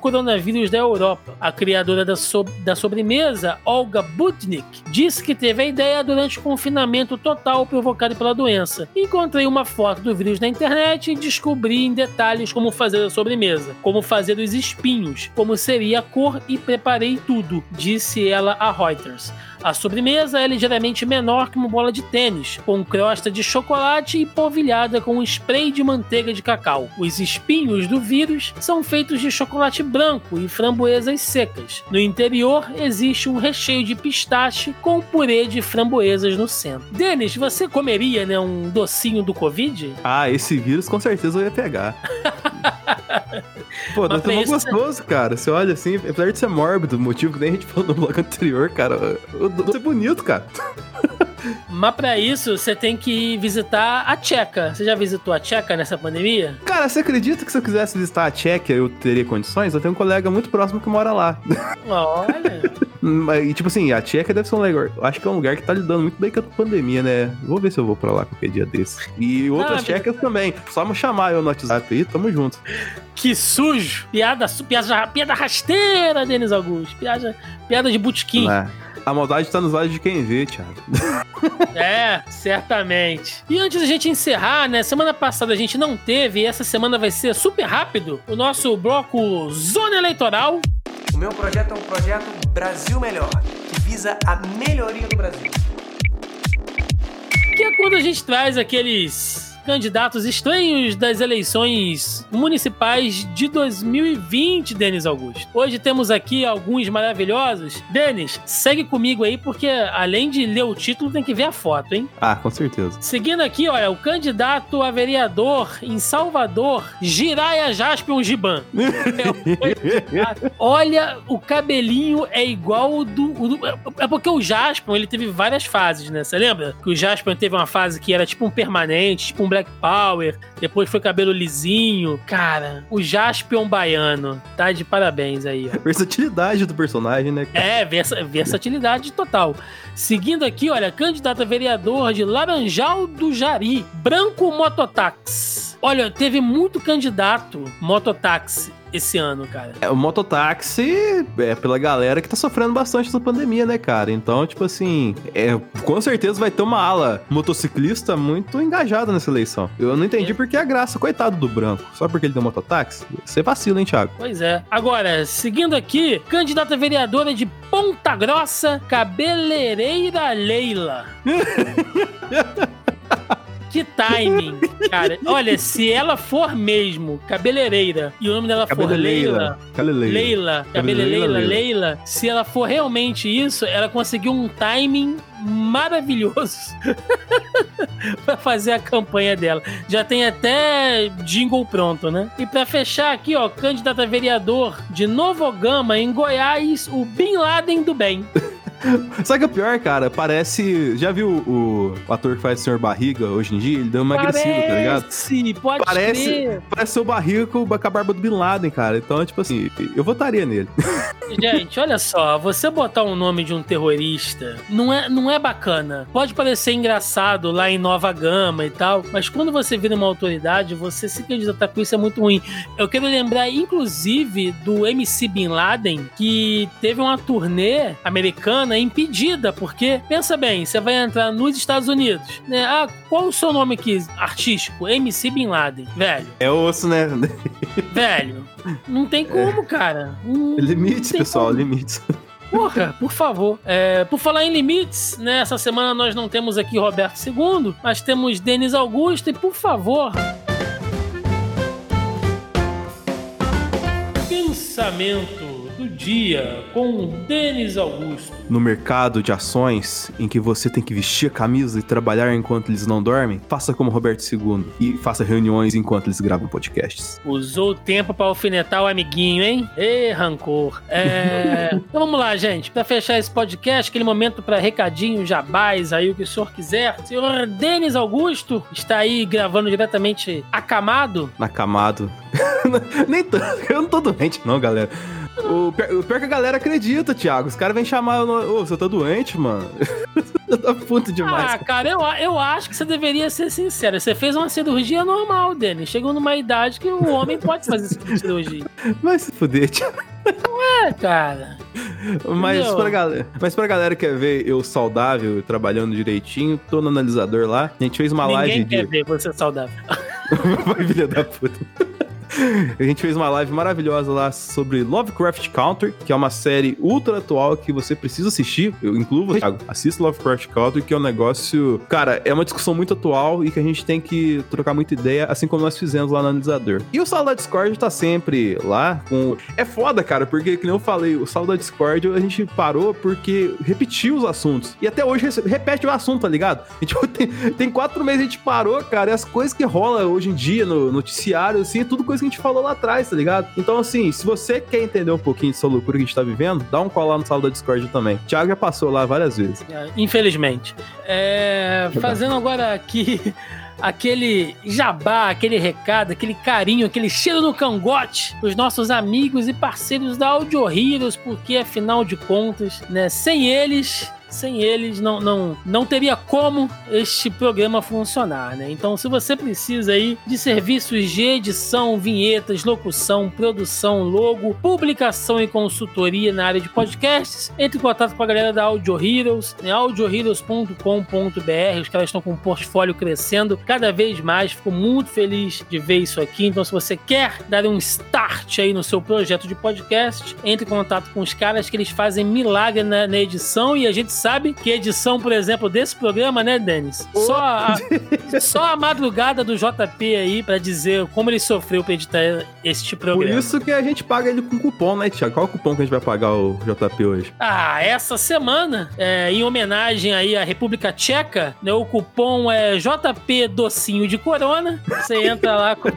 coronavírus da Europa. A criadora da, so- da sobremesa, Olga Budnik, disse que teve a ideia durante o confinamento total provocado pela doença. Encontrei uma foto do vírus na internet e descobri em detalhes como fazer a sobremesa, como fazer os espinhos, como seria a cor e preparei tudo, disse ela a Reuters. A sobremesa é ligeiramente menor que uma bola de tênis, com crosta de chocolate e polvilhada com um spray de manteiga de cacau. Os espinhos do vírus são feitos de chocolate branco e framboesas secas. No interior existe um recheio de pistache com purê de framboesas no centro. Denis, você comeria, né, um docinho do Covid? Ah, esse vírus com certeza eu ia pegar. Pô, deve ser isso... gostoso, cara. Você olha assim, apesar de ser mórbido, o motivo que nem a gente falou no bloco anterior, cara, deve ser bonito, cara. Mas pra isso, você tem que visitar a Tcheca. Você já visitou a Tcheca nessa pandemia? Cara, você acredita que se eu quisesse visitar a Tchequia, eu teria condições? Eu tenho um colega muito próximo que mora lá. Olha... E tipo assim, a Tchequia deve ser um lugar... Acho que é um lugar que tá lidando muito bem com a pandemia, né? Vou ver se eu vou pra lá qualquer dia desse. E outras ah, tchecas mas... também. Só me chamar eu no WhatsApp aí, tamo junto. Que sujo! Piada, piada, piada rasteira, Denis Augusto. Piada, piada de botequim. É. A maldade tá nos olhos de quem vê, Thiago. É, certamente. E antes da gente encerrar, né? Semana passada a gente não teve, e essa semana vai ser super rápido, o nosso bloco Zona Eleitoral. O meu projeto é um projeto Brasil Melhor, que visa a melhoria do Brasil. Que é quando a gente traz aqueles candidatos estranhos das eleições municipais de dois mil e vinte, Denis Augusto. Hoje temos aqui alguns maravilhosos. Denis, segue comigo aí, porque além de ler o título, tem que ver a foto, hein? Ah, com certeza. Seguindo aqui, olha, o candidato a vereador em Salvador, Jiraya Jaspion Giban. É olha, o cabelinho é igual o do, o do... É porque o Jaspion, ele teve várias fases, né? Você lembra? Que o Jaspion teve uma fase que era tipo um permanente, tipo um Black Power, depois foi cabelo lisinho. Cara, o Jaspion baiano tá de parabéns aí, ó. Versatilidade do personagem, né? É, versa, versatilidade total. Seguindo aqui, olha, candidato a vereador de Laranjal do Jari, Branco Mototáxi. Olha, teve muito candidato mototáxi esse ano, cara. É, o mototáxi é pela galera que tá sofrendo bastante da pandemia, né, cara? Então, tipo assim, é, com certeza vai ter uma ala motociclista muito engajada nessa eleição. Eu não entendi é. por que a graça, coitado do branco. Só porque ele tem mototáxi? Você vacila, hein, Thiago? Pois é. Agora, seguindo aqui, candidata a vereadora de Ponta Grossa, Cabeleireira Leila. Que timing, cara. Olha, se ela for mesmo cabeleireira e o nome dela for Leila, Leila, cabeleireira Leila, Leila, se ela for realmente isso, ela conseguiu um timing maravilhoso pra fazer a campanha dela. Já tem até jingle pronto, né? E pra fechar aqui, ó, candidato a vereador de Novogama, em Goiás, o Bin Laden do bem. Sabe o que é pior, cara? Parece... Já viu o, o ator que faz o senhor Barriga hoje em dia? Ele deu uma agressiva, tá ligado? Parece, pode parece, crer. Parece seu Barriga com a barba do Bin Laden, cara. Então, tipo assim, eu votaria nele. Gente, olha só. Você botar um nome de um terrorista não é, não é bacana. Pode parecer engraçado lá em Nova Gama e tal, mas quando você vira uma autoridade, você se candidatar com isso é muito ruim. Eu quero lembrar, inclusive, do M C Bin Laden, que teve uma turnê americana impedida, porque, pensa bem, você vai entrar nos Estados Unidos, né? Ah, qual o seu nome aqui artístico? M C Bin Laden, velho. É osso, né? Velho, não tem como, cara. Não, limites, não pessoal, como. limites. Porra, por favor. É, por falar em limites, né? Essa semana nós não temos aqui Roberto segundo, mas temos Denis Augusto e, por favor... Pensamento do dia com Denis Augusto. No mercado de ações, em que você tem que vestir a camisa e trabalhar enquanto eles não dormem, faça como Roberto segundo e faça reuniões enquanto eles gravam podcasts. Usou o tempo pra alfinetar o amiguinho, hein? Ê, rancor. É... Então vamos lá, gente. Pra fechar esse podcast, aquele momento pra recadinho, jabás, aí o que o senhor quiser. O senhor Denis Augusto está aí gravando diretamente acamado. Acamado. Nem tanto. Eu não tô doente, não, galera. O pior, o pior que a galera acredita, Thiago. Os caras vêm chamar... Ô, você tá doente, mano? Eu tô puto demais. Ah, cara, eu, eu acho que você deveria ser sincero. Você fez uma cirurgia normal, Denis. Chegou numa idade que o homem pode fazer esse tipo de cirurgia. Vai se fuder, Thiago. Não é, cara. Mas pra, galera, mas pra galera que quer ver eu saudável, trabalhando direitinho, tô no analisador lá. A gente fez uma Ninguém live... quer de... ver você saudável. Vai, filha da puta. A gente fez uma live maravilhosa lá sobre Lovecraft Country, que é uma série ultra atual que você precisa assistir. Eu incluo você, Thiago, assista Lovecraft Country, que é um negócio... Cara, é uma discussão muito atual e que a gente tem que trocar muita ideia, assim como nós fizemos lá no analisador. E o Sala da Discord tá sempre lá com... É foda, cara, porque, como eu falei, o Sala da Discord a gente parou porque repetiu os assuntos. E até hoje repete o assunto, tá ligado? A gente, tem, tem quatro meses a gente parou, cara, e as coisas que rolam hoje em dia no noticiário, assim, é tudo coisa que a gente falou lá atrás, tá ligado? Então, assim, se você quer entender um pouquinho dessa loucura que a gente tá vivendo, dá um call lá no Sala da Discord também. O Thiago já passou lá várias vezes. Infelizmente. É, fazendo agora aqui aquele jabá, aquele recado, aquele carinho, aquele cheiro no cangote os nossos amigos e parceiros da Audio Heroes, porque afinal de contas, né, sem eles... Sem eles, não, não, não teria como este programa funcionar, né? Então, se você precisa aí de serviços de edição, vinhetas, locução, produção, logo, publicação e consultoria na área de podcasts, entre em contato com a galera da Audio Heroes, né? audio heroes ponto com ponto b r. Os caras estão com um portfólio crescendo cada vez mais. Fico muito feliz de ver isso aqui. Então, se você quer dar um start aí no seu projeto de podcast, entre em contato com os caras, que eles fazem milagre na, na edição, e a gente sabe que a edição, por exemplo, desse programa, né, Denis? Só a, só a madrugada do J P aí pra dizer como ele sofreu pra editar este programa. Por isso que a gente paga ele com cupom, né, Thiago? Qual é o cupom que a gente vai pagar o J P hoje? Ah, essa semana, é, em homenagem aí à República Tcheca, né, o cupom é J P Docinho de Corona. Você entra lá com...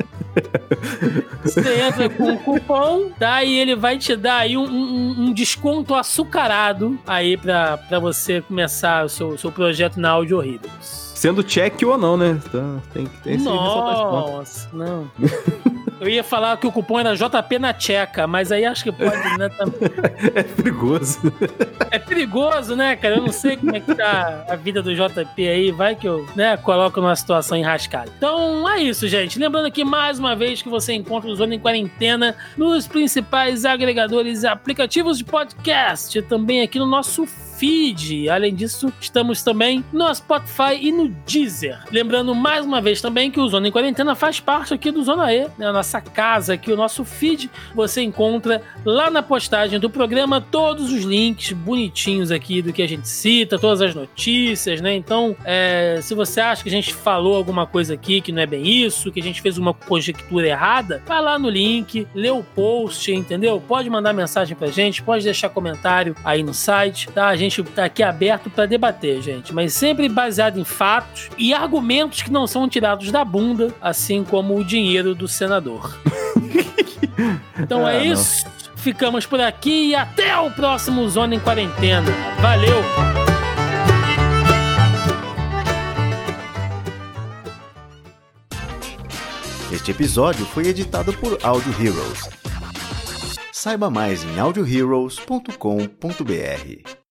Você entra com um cupom, tá? E ele vai te dar aí um, um, um desconto açucarado aí pra, pra você começar o seu, seu projeto na Audio Heroes. Sendo check ou não, né? Então, tem que ter esse Nossa, não. Eu ia falar que o cupom era J P na Tcheca, mas aí acho que pode, né? Também. É perigoso. É perigoso, né, cara? Eu não sei como é que tá a vida do J P aí. Vai que eu, né, coloco numa situação enrascada. Então, é isso, gente. Lembrando aqui, mais uma vez, que você encontra o Zona em Quarentena nos principais agregadores e aplicativos de podcast. Também aqui no nosso feed. Além disso, estamos também no Spotify e no Deezer. Lembrando mais uma vez também que o Zona em Quarentena faz parte aqui do Zona E, né? A nossa casa aqui, o nosso feed. Você encontra lá na postagem do programa todos os links bonitinhos aqui do que a gente cita, todas as notícias, né? Então, é, se você acha que a gente falou alguma coisa aqui que não é bem isso, que a gente fez uma conjectura errada, vai lá no link, lê o post, entendeu? Pode mandar mensagem pra gente, pode deixar comentário aí no site, tá? A gente A gente tá aqui aberto para debater, gente, mas sempre baseado em fatos e argumentos que não são tirados da bunda, assim como o dinheiro do senador. Então é, é isso. Não. Ficamos por aqui e até o próximo Zona em Quarentena. Valeu! Este episódio foi editado por Audio Heroes. Saiba mais em audio heroes ponto com ponto b r.